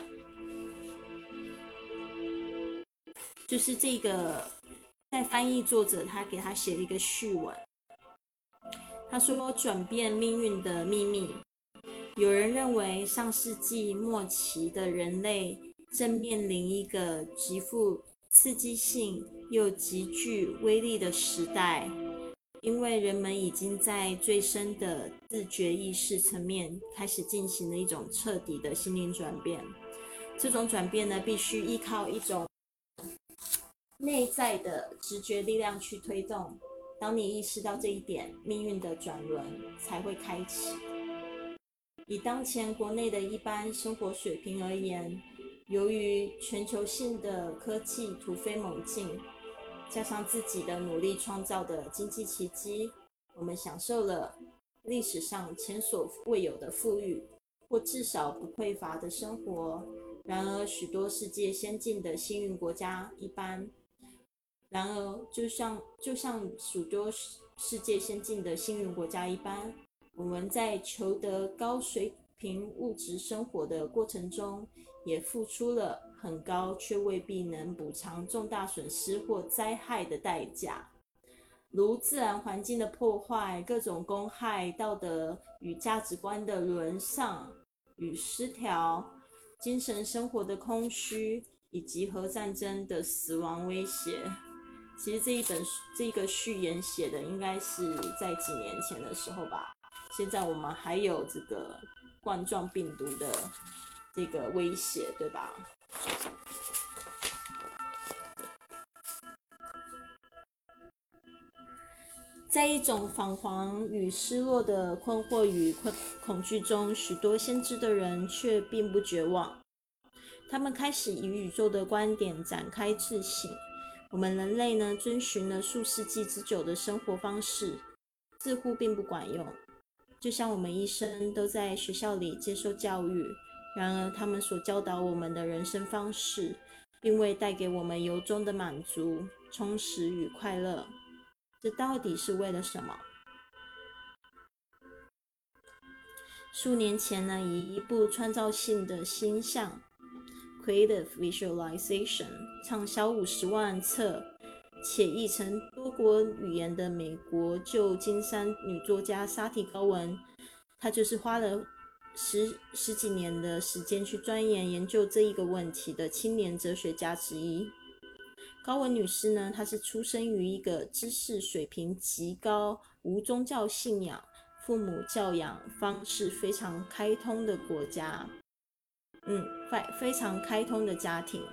S1: 就是这个在翻译作者他给他写了一个序文，他说转变命运的秘密。有人认为上世纪末期的人类正面临一个极富刺激性又极具威力的时代，因为人们已经在最深的自觉意识层面开始进行了一种彻底的心灵转变。这种转变呢，必须依靠一种内在的直觉力量去推动。当你意识到这一点，命运的转轮才会开启。以当前国内的一般生活水平而言，由于全球性的科技突飞猛进，加上自己的努力创造的经济奇迹，我们享受了历史上前所未有的富裕，或至少不匮乏的生活。然而，许多世界先进的幸运国家一般，就像许多世界先进的幸运国家一般，我们在求得高水平物质生活的过程中，也付出了很高却未必能补偿重大损失或灾害的代价，如自然环境的破坏、各种公害、道德与价值观的沦丧与失调、精神生活的空虚，以及核战争的死亡威胁。其实这个序言写的应该是在几年前的时候吧。现在我们还有这个冠状病毒的这个威胁，对吧？在一种彷徨与失落的困惑与恐惧中，许多先知的人却并不绝望。他们开始以宇宙的观点展开自省。我们人类呢，遵循了数世纪之久的生活方式，似乎并不管用。就像我们一生都在学校里接受教育，然而他们所教导我们的人生方式，并未带给我们由衷的满足、充实与快乐。这到底是为了什么？数年前呢，以一部创造性的星象 Creative Visualization 畅销50万册，且译成多国语言的美国旧金山女作家沙提高文，她就是花了十几年的时间去钻研究这一个问题的青年哲学家之一。高文女士呢，她是出生于一个知识水平极高、无宗教信仰、父母教养方式非常开通的国家。非常开通的家庭。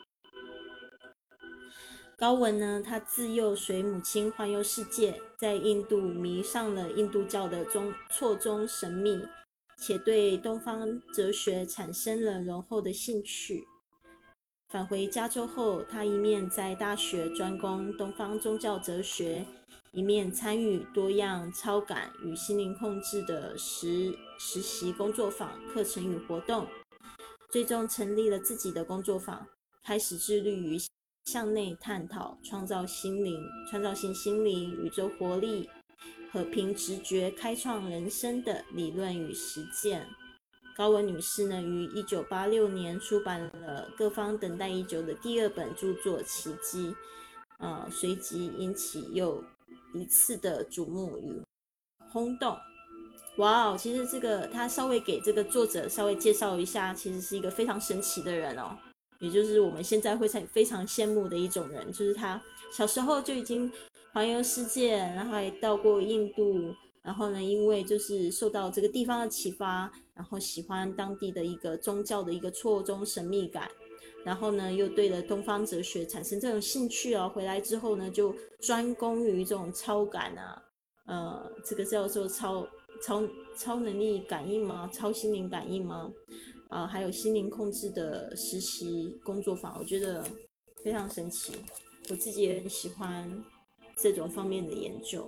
S1: 高文呢，他自幼随母亲环游世界，在印度迷上了印度教的错综神秘，且对东方哲学产生了浓厚的兴趣。返回加州后，他一面在大学专攻东方宗教哲学，一面参与多样超感与心灵控制的实习工作坊课程与活动。最终成立了自己的工作坊，开始致力于向内探讨创造性心灵、宇宙活力和凭直觉开创人生的理论与实践。高文女士呢，于1986年出版了各方等待已久的第2本著作《奇迹》，随即引起又一次的瞩目与轰动。哇哦，其实这个他稍微给这个作者稍微介绍一下，其实是一个非常神奇的人哦，也就是我们现在会非常羡慕的一种人，就是他小时候就已经环游世界，然后还到过印度，然后呢，因为就是受到这个地方的启发，然后喜欢当地的一个宗教的一个错综神秘感，然后呢，又对了东方哲学产生这种兴趣哦，回来之后呢，就专攻于这种超感啊，这个叫做超能力感应吗？超心灵感应吗？还有心灵控制的实习工作坊，我觉得非常神奇。 我自己也很喜欢这种方面的研究。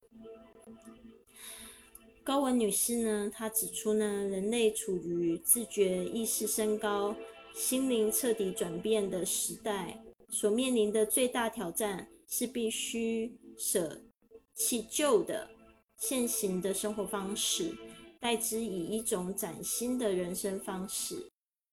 S1: 高文女士呢，她指出呢，人类处于自觉意识升高、心灵彻底转变的时代，所面临的最大挑战是必须舍弃旧的现行的生活方式，代之以一种崭新的人生方式。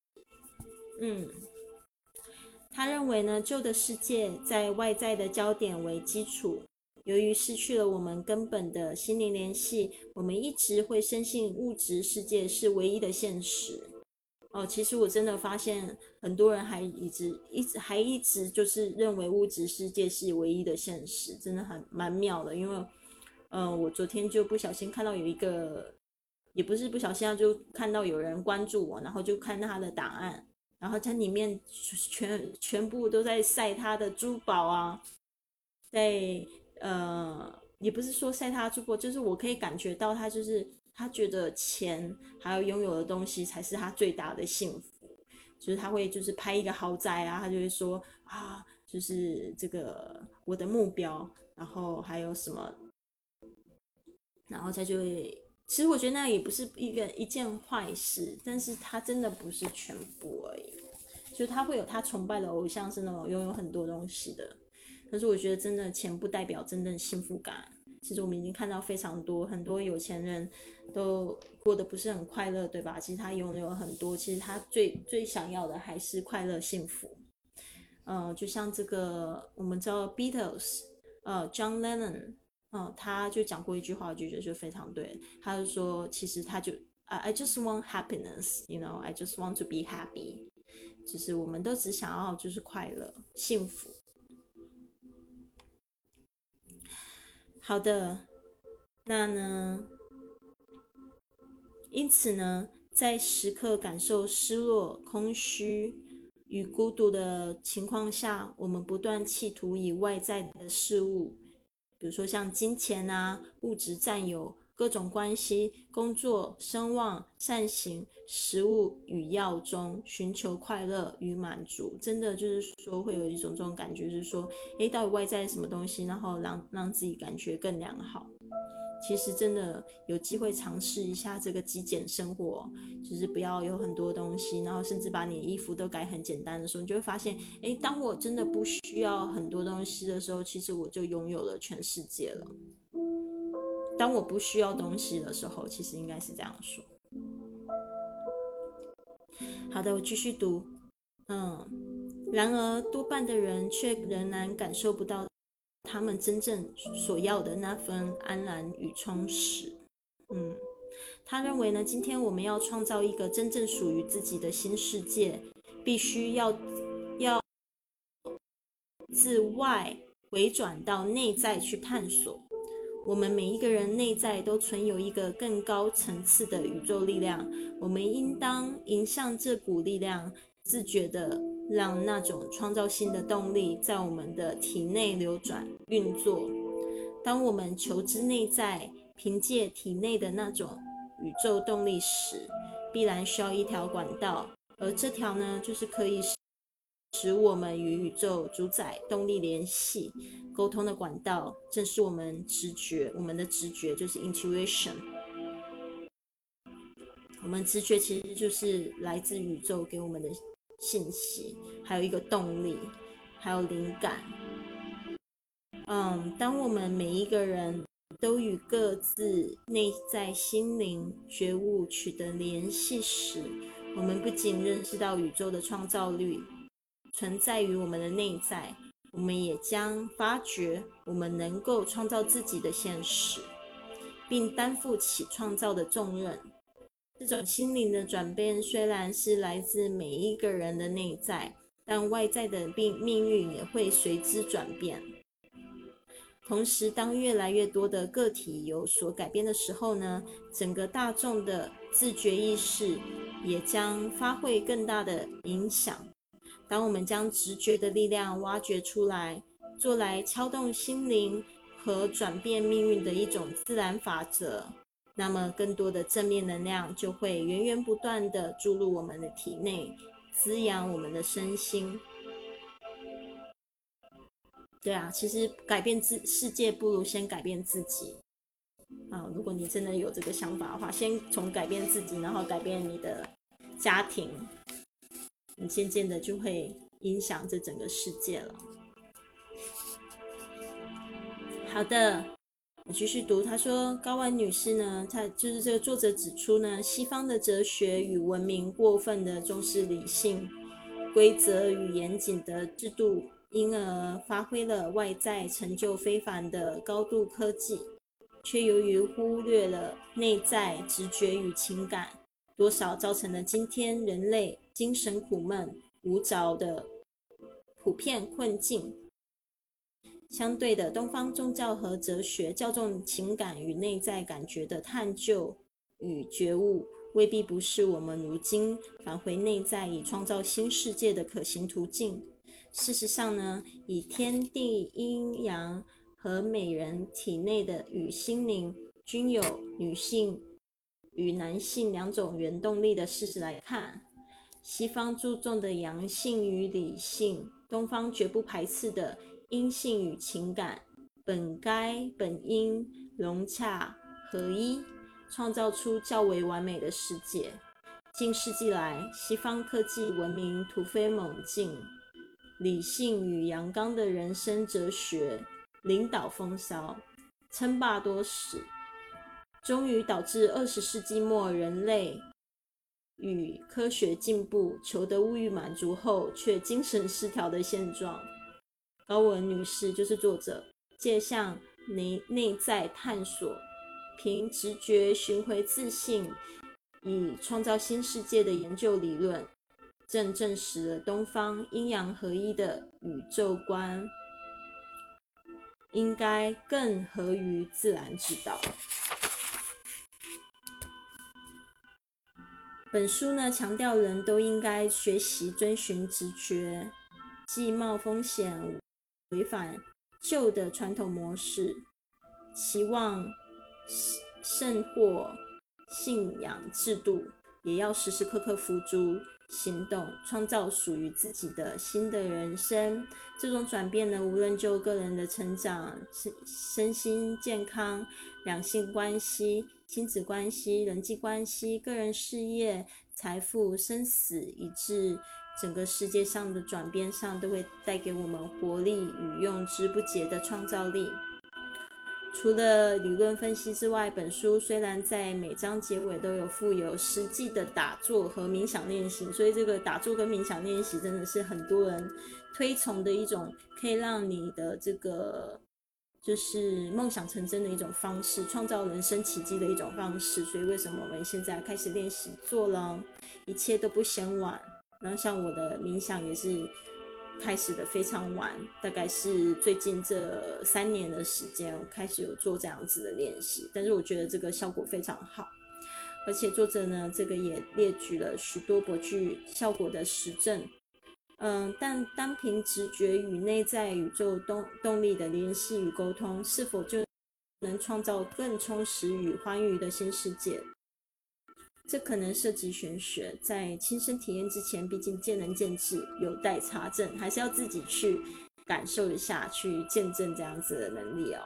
S1: 他认为呢，旧的世界在外在的焦点为基础，由于失去了我们根本的心灵联系，我们一直会深信物质世界是唯一的现实。其实我真的发现很多人还一直就是认为物质世界是唯一的现实，真的蛮妙的。因为我昨天就不小心看到有一个，也不是不小心，就看到有人关注我，然后就看到他的档案，然后它里面全部都在晒他的珠宝啊，在也不是说晒他的珠宝，就是我可以感觉到他就是他觉得钱还有拥有的东西才是他最大的幸福，就是他会就是拍一个豪宅啊，他就会说啊，就是这个我的目标，然后还有什么，然后他就会。其实我觉得那也不是一件坏事，但是他真的不是全部而已。就他会有他崇拜的偶像是那种拥有很多东西的，可是我觉得真的钱不代表真正幸福感。其实我们已经看到非常多很多有钱人都过得不是很快乐，对吧？其实他拥有很多，其实他最想要的还是快乐幸福。就像这个我们知道 Beatles John Lennon他就讲过一句话，我就觉得就非常对。他就说，其实他就I just want happiness, you know, I just want to be happy。就是我们都只想要就是快乐、幸福。好的，那呢？因此呢，在时刻感受失落、空虚与孤独的情况下，我们不断企图以外在的事物。比如说像金钱啊、物质占有、各种关系、工作、声望、善行、食物与药中寻求快乐与满足，真的就是说会有一种这种感觉，就是说，到底外在什么东西，然后让自己感觉更良好。其实真的有机会尝试一下这个极简生活，就是不要有很多东西，然后甚至把你的衣服都改很简单的时候，你就会发现，当我真的不需要很多东西的时候，其实我就拥有了全世界了。当我不需要东西的时候，其实应该是这样说。好的，我继续读。然而多半的人却仍然感受不到他们真正所要的那份安然与充实。他认为呢，今天我们要创造一个真正属于自己的新世界，必须要自外回转到内在去探索。我们每一个人内在都存有一个更高层次的宇宙力量，我们应当迎向这股力量，自觉地让那种创造性的动力在我们的体内流转运作。当我们求知内在，凭借体内的那种宇宙动力时，必然需要一条管道，而这条呢，就是可以使我们与宇宙主宰动力联系沟通的管道，正是我们的直觉就是 intuition。我们直觉其实就是来自宇宙给我们的信息，还有一个动力，还有灵感。当我们每一个人都与各自内在心灵觉悟取得联系时，我们不仅认识到宇宙的创造力存在于我们的内在，我们也将发觉我们能够创造自己的现实，并担负起创造的重任。这种心灵的转变虽然是来自每一个人的内在，但外在的命运也会随之转变。同时，当越来越多的个体有所改变的时候呢，整个大众的自觉意识也将发挥更大的影响。当我们将直觉的力量挖掘出来，做来敲动心灵和转变命运的一种自然法则，那么更多的正面能量就会源源不断地注入我们的体内，滋养我们的身心。 对啊，其实改变世界不如先改变自己啊！如果你真的有这个想法的话，先从改变自己，然后改变你的家庭，你渐渐的就会影响这整个世界了。好的，我继续读。他说，高文女士呢，她就是这个作者指出呢，西方的哲学与文明过分的重视理性、规则与严谨的制度，因而发挥了外在成就非凡的高度科技，却由于忽略了内在直觉与情感，多少造成了今天人类精神苦闷无着的普遍困境。相对的，东方宗教和哲学较重情感与内在感觉的探究与觉悟，未必不是我们如今返回内在以创造新世界的可行途径。事实上呢，以天地阴阳和每人体内的与心灵均有女性与男性两种原动力的事实来看，西方注重的阳性与理性，东方绝不排斥的阴性与情感，本应融洽合一，创造出较为完美的世界。近世纪来，西方科技文明突飞猛进，理性与阳刚的人生哲学领导风骚，称霸多时，终于导致20世纪末人类与科学进步求得物欲满足后却精神失调的现状。高文女士就是作者借向内在探索，凭直觉寻回自信，以创造新世界的研究理论，正证实了东方阴阳合一的宇宙观应该更合于自然之道。本书呢，强调人都应该学习遵循直觉，既冒风险违反旧的传统模式，期望胜获信仰制度，也要时时刻刻付诸行动，创造属于自己的新的人生。这种转变呢，无论就个人的成长、身心健康、两性关系、亲子关系、人际关系、个人事业、财富、生死，以致整个世界上的转变上，都会带给我们活力与用之不竭的创造力。除了理论分析之外，本书虽然在每章结尾都有附有实际的打坐和冥想练习，所以这个打坐跟冥想练习真的是很多人推崇的一种可以让你的这个就是梦想成真的一种方式，创造人生奇迹的一种方式。所以为什么我们现在开始练习做了，一切都不嫌晚。然后像我的冥想也是开始的非常晚，大概是最近这3年的时间，我开始有做这样子的练习，但是我觉得这个效果非常好。而且作者呢，这个也列举了许多颇具效果的实证。但单凭直觉与内在宇宙动力的联系与沟通，是否就能创造更充实与欢愉的新世界？这可能涉及玄学，在亲身体验之前，毕竟见仁见智，有待查证，还是要自己去感受一下，去见证这样子的能力哦。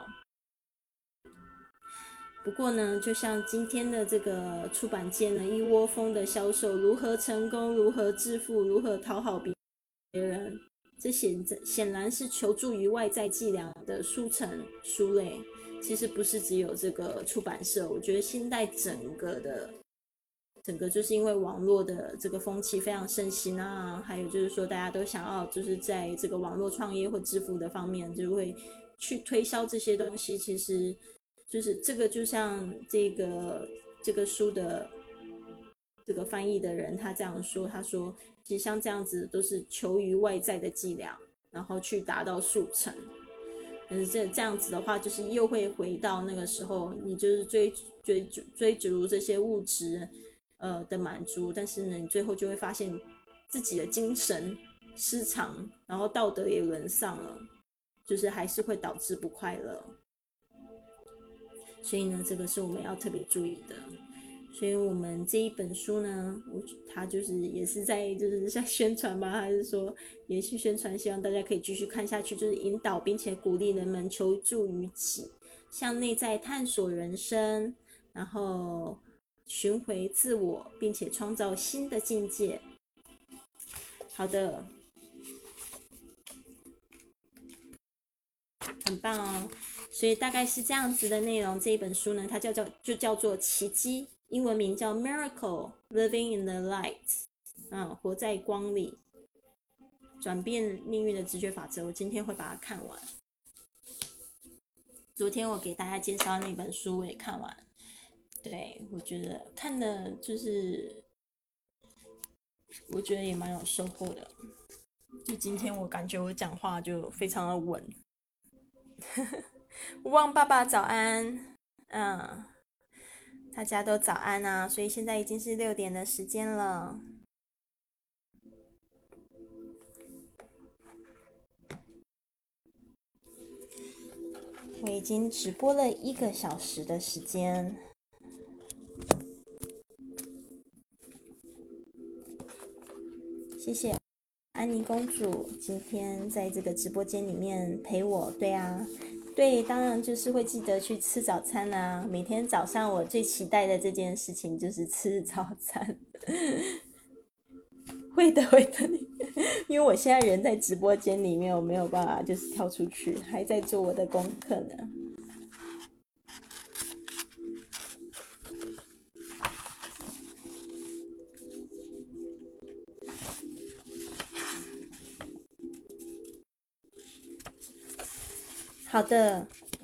S1: 不过呢，就像今天的这个出版界呢，一窝蜂的销售如何成功、如何致富、如何讨好别人，这显然是求助于外在伎俩的书城书类。其实不是只有这个出版社，我觉得现代整个就是因为网络的这个风气非常盛行啊，还有就是说大家都想要就是在这个网络创业或致富的方面，就会去推销这些东西。其实就是这个就像这个书的这个翻译的人他这样说，他说其实像这样子都是求于外在的伎俩，然后去达到速成。但是这样子的话，就是又会回到那个时候，你就是追逐这些物质的满足，但是呢，你最后就会发现自己的精神失常，然后道德也沦丧了，就是还是会导致不快乐。所以呢，这个是我们要特别注意的。 所以我们这一本书呢，他就是也是在宣传吧，还是说延续宣传，希望大家可以继续看下去，就是引导并且鼓励人们求助于己，向内在探索人生，然后寻回自我，并且创造新的境界。好的，很棒哦。所以大概是这样子的内容。这一本书呢，它就叫做奇迹，英文名叫 Miracle Living in the Light，活在光里，转变命运的直觉法则。我今天会把它看完。昨天我给大家介绍那本书，我也看完。对，我觉得看的就是我觉得也蛮有收获的。就今天我感觉我讲话就非常的稳。旺爸爸早安，大家都早安啊！所以现在已经是6点的时间了。我已经直播了1个小时的时间。谢谢安妮公主今天在这个直播间里面陪我。对啊，对，当然就是会记得去吃早餐啊。每天早上我最期待的这件事情就是吃早餐。会的，因为我现在人在直播间里面，我没有办法就是跳出去，还在做我的功课呢。好的，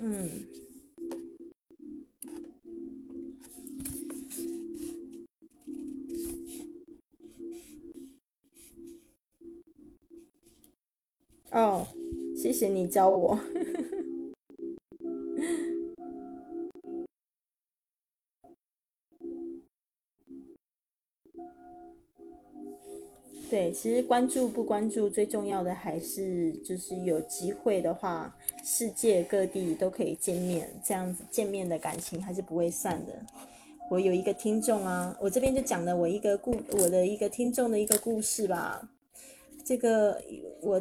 S1: 哦，谢谢你教我。对，其实关注不关注，最重要的还是就是有机会的话，世界各地都可以见面，这样子见面的感情还是不会散的。我有一个听众啊，我这边就讲了我的一个听众的一个故事吧。这个我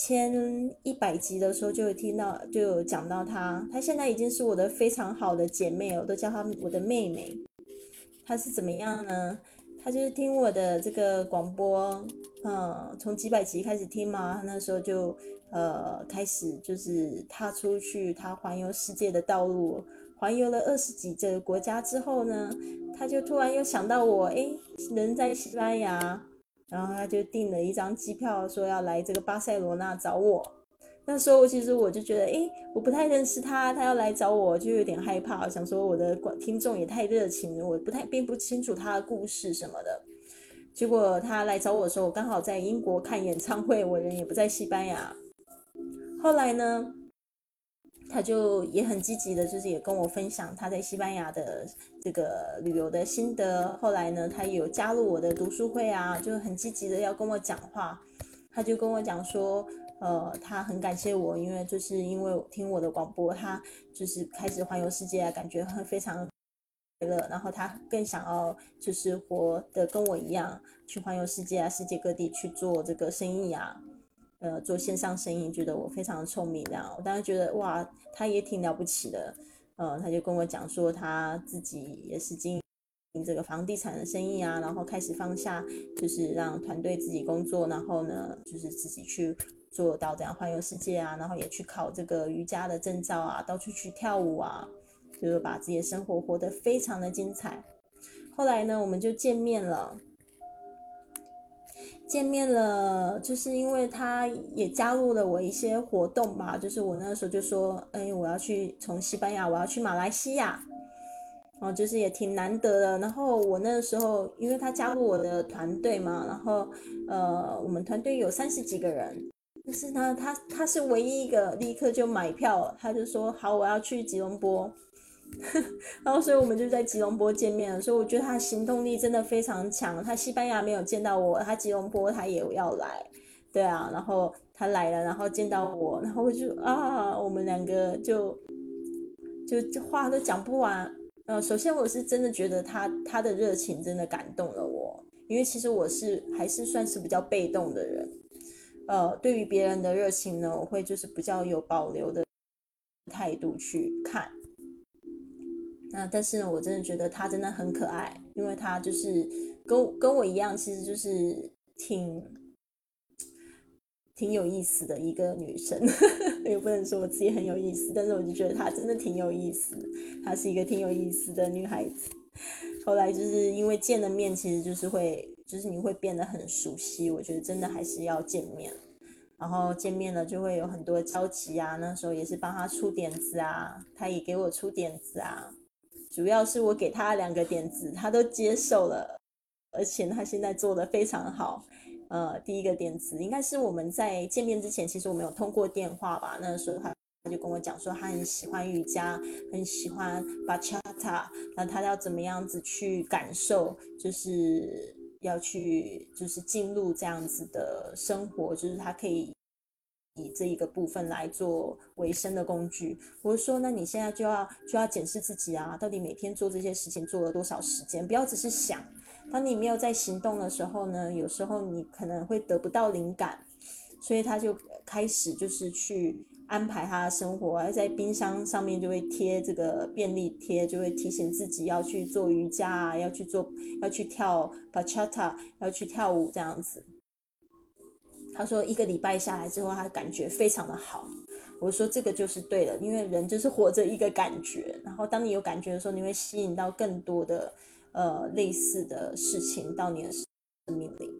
S1: 1100集的时候就有讲到她现在已经是我的非常好的姐妹，我都叫她我的妹妹。她是怎么样呢？她就是听我的这个广播，从几百集开始听嘛，那时候就开始就是踏出去她环游世界的道路，环游了20几个国家之后呢，她就突然又想到我，人在西班牙，然后她就订了一张机票，说要来这个巴塞罗那找我。那时候其实我就觉得，我不太认识他，他要来找我，就有点害怕，想说我的听众也太热情了，我并不清楚他的故事什么的。结果他来找我的时候，我刚好在英国看演唱会，我人也不在西班牙。后来呢，他就也很积极的，就是也跟我分享他在西班牙的这个旅游的心得。后来呢，他也有加入我的读书会啊，就很积极的要跟我讲话。他就跟我讲说，他很感谢我，因为听我的广播，他就是开始环游世界啊，感觉非常快乐，然后他更想要就是活得跟我一样，去环游世界啊，世界各地去做这个生意啊，做线上生意，觉得我非常的聪明，这样我当时觉得哇，他也挺了不起的，他就跟我讲说他自己也是经营这个房地产的生意啊，然后开始放下，就是让团队自己工作，然后呢，就是自己去做到这样环游世界啊，然后也去考这个瑜伽的证照啊，到处去跳舞啊，就是把自己的生活活得非常的精彩。后来呢，我们就见面了，就是因为他也加入了我一些活动吧，就是我那时候就说，我要去从西班牙，我要去马来西亚。就是也挺难得的。然后我那个时候，因为他加入我的团队嘛，然后我们团队有30几个人，但是呢，他是唯一一个立刻就买票，他就说好，我要去吉隆坡。然后所以我们就在吉隆坡见面了。所以我觉得他行动力真的非常强。他西班牙没有见到我，他吉隆坡他也要来，对啊，然后他来了，然后见到我，然后我们两个就话都讲不完。 首先我是真的觉得他的热情真的感动了我，因为其实我还是算是比较被动的人，对于别人的热情呢，我会就是比较有保留的态度去看。但是呢，我真的觉得他真的很可爱，因为他就是跟我一样，其实就是挺有意思的一个女生，也不能说我自己很有意思，但是我就觉得她真的挺有意思，她是一个挺有意思的女孩子。后来就是因为见了面，其实就是你会变得很熟悉，我觉得真的还是要见面。然后见面了就会有很多交集啊，那时候也是帮他出点子啊，他也给我出点子啊，主要是我给他2个点子，他都接受了，而且他现在做得非常好。第一个点子应该是我们在见面之前，其实我们有通过电话吧，那时候他就跟我讲说他很喜欢瑜伽，很喜欢 bachata， 那他要怎么样子去感受，就是要去就是进入这样子的生活，就是他可以以这一个部分来做维生的工具。我就说那你现在就要检视自己啊，到底每天做这些事情做了多少时间，不要只是想。当你没有在行动的时候呢，有时候你可能会得不到灵感，所以他就开始就是去安排他的生活，而在冰箱上面就会贴这个便利贴，就会提醒自己要去做瑜伽啊，要去跳 bachata， 要去跳舞这样子。他说1个礼拜下来之后，他感觉非常的好。我说这个就是对了，因为人就是活着一个感觉，然后当你有感觉的时候，你会吸引到更多的类似的事情到你的生命里。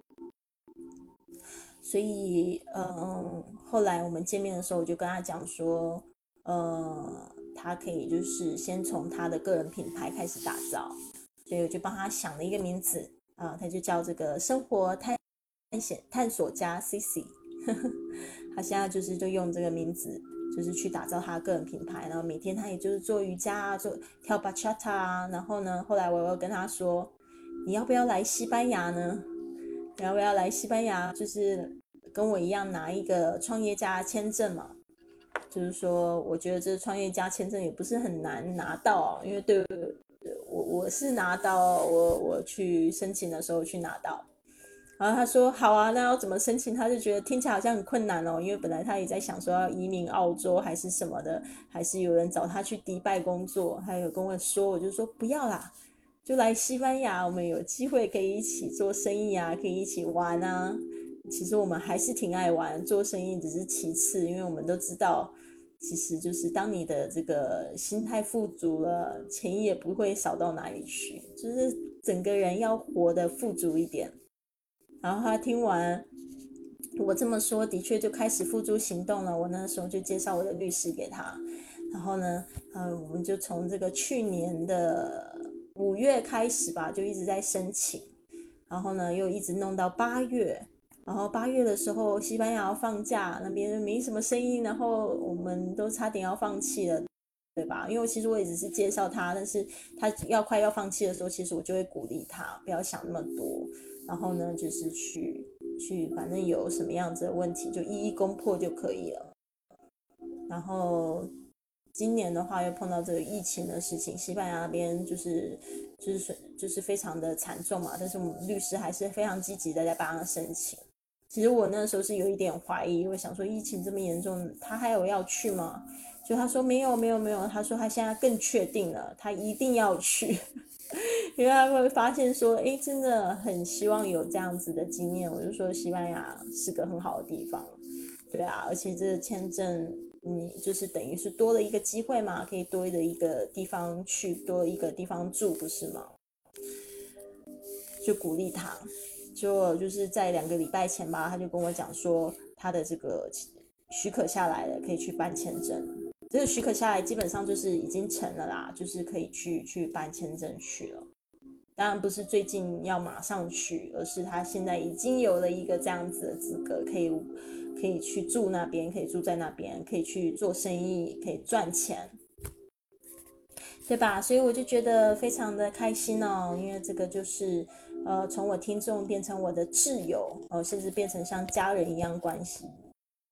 S1: 所以后来我们见面的时候，我就跟他讲说，他可以就是先从他的个人品牌开始打造，所以我就帮他想了一个名字啊，他就叫这个生活探索家 CC， 他现在就用这个名字，就是去打造他的个人品牌，然后每天他也就是做瑜伽啊，做跳 bachata 啊，然后呢，后来我又跟他说，你要不要来西班牙呢？你要不要来西班牙？就是跟我一样拿一个创业家签证嘛。就是说，我觉得这创业家签证也不是很难拿到，因为对我是拿到，我去申请的时候去拿到。然后他说好啊，那要怎么申请？他就觉得听起来好像很困难哦，因为本来他也在想说要移民澳洲还是什么的，还是有人找他去迪拜工作，他有跟我说，我就说不要啦，就来西班牙，我们有机会可以一起做生意啊，可以一起玩啊。其实我们还是挺爱玩，做生意只是其次，因为我们都知道，其实就是当你的这个心态富足了，钱也不会少到哪里去，就是整个人要活得富足一点。然后他听完我这么说，的确就开始付诸行动了。我那时候就介绍我的律师给他，然后呢，我们就从这个去年的5月开始吧，就一直在申请，然后呢又一直弄到8月，然后8月的时候西班牙要放假，那边没什么生意，然后我们都差点要放弃了。对吧？因为其实我也只是介绍他，但是他快要放弃的时候，其实我就会鼓励他不要想那么多，然后呢，就是去，反正有什么样子的问题就一一攻破就可以了。然后今年的话又碰到这个疫情的事情，西班牙那边就是非常的惨重嘛，但是我们律师还是非常积极的在帮他申请。其实我那时候是有一点怀疑，我想说疫情这么严重，他还有要去吗？就他说没有，他说他现在更确定了，他一定要去，因为他会发现说，诶，真的很希望有这样子的经验。我就说西班牙是个很好的地方，对啊，而且这个签证你就是等于是多了一个机会嘛，可以多的一个地方去，多一个地方住，不是吗？就鼓励他，就是在2个礼拜前吧，他就跟我讲说他的这个许可下来了，可以去办签证。这个许可下来基本上就是已经成了啦，就是可以去办签证去了。当然不是最近要马上去，而是他现在已经有了一个这样子的资格，可以去住那边，可以住在那边，可以去做生意，可以赚钱，对吧？所以我就觉得非常的开心哦，因为这个就是从我听众变成我的挚友甚至变成像家人一样关系。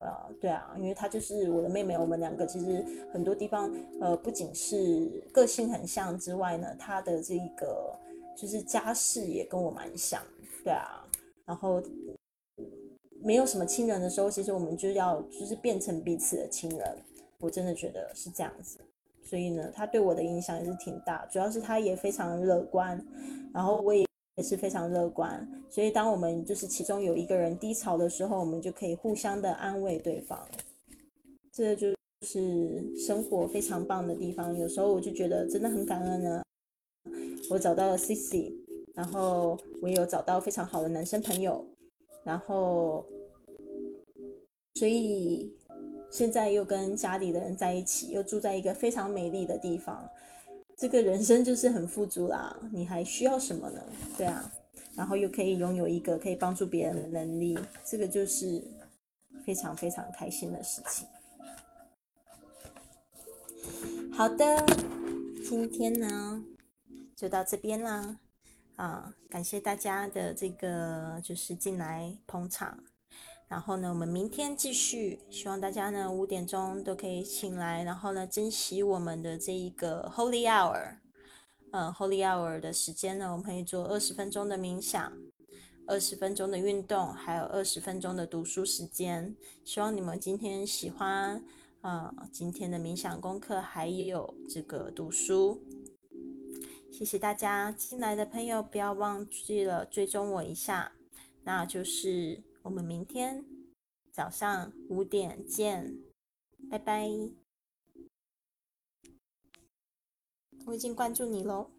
S1: 对啊，因为她就是我的妹妹，我们两个其实很多地方不仅是个性很像之外呢，她的这个就是家世也跟我蛮像，对啊，然后没有什么亲人的时候，其实我们就要就是变成彼此的亲人，我真的觉得是这样子。所以呢，他对我的影响也是挺大，主要是他也非常乐观，然后我也是非常乐观，所以当我们就是其中有一个人低潮的时候，我们就可以互相的安慰对方，这就是生活非常棒的地方。有时候我就觉得真的很感恩呢，我找到了 Cici， 然后我也有找到非常好的男生朋友，然后所以现在又跟家里的人在一起，又住在一个非常美丽的地方，这个人生就是很富足啦，你还需要什么呢？对啊，然后又可以拥有一个可以帮助别人的能力，这个就是非常非常开心的事情。好的，今天呢就到这边啦，感谢大家的这个就是进来捧场。然后呢，我们明天继续，希望大家呢5点钟都可以醒来，然后呢珍惜我们的这一个 Holy Hour。Holy Hour 的时间呢，我们可以做20分钟的冥想，20分钟的运动，还有20分钟的读书时间。希望你们今天喜欢今天的冥想功课，还有这个读书。谢谢大家进来的朋友，不要忘记了追踪我一下。那就是我们明天早上5点见，拜拜。我已经关注你咯。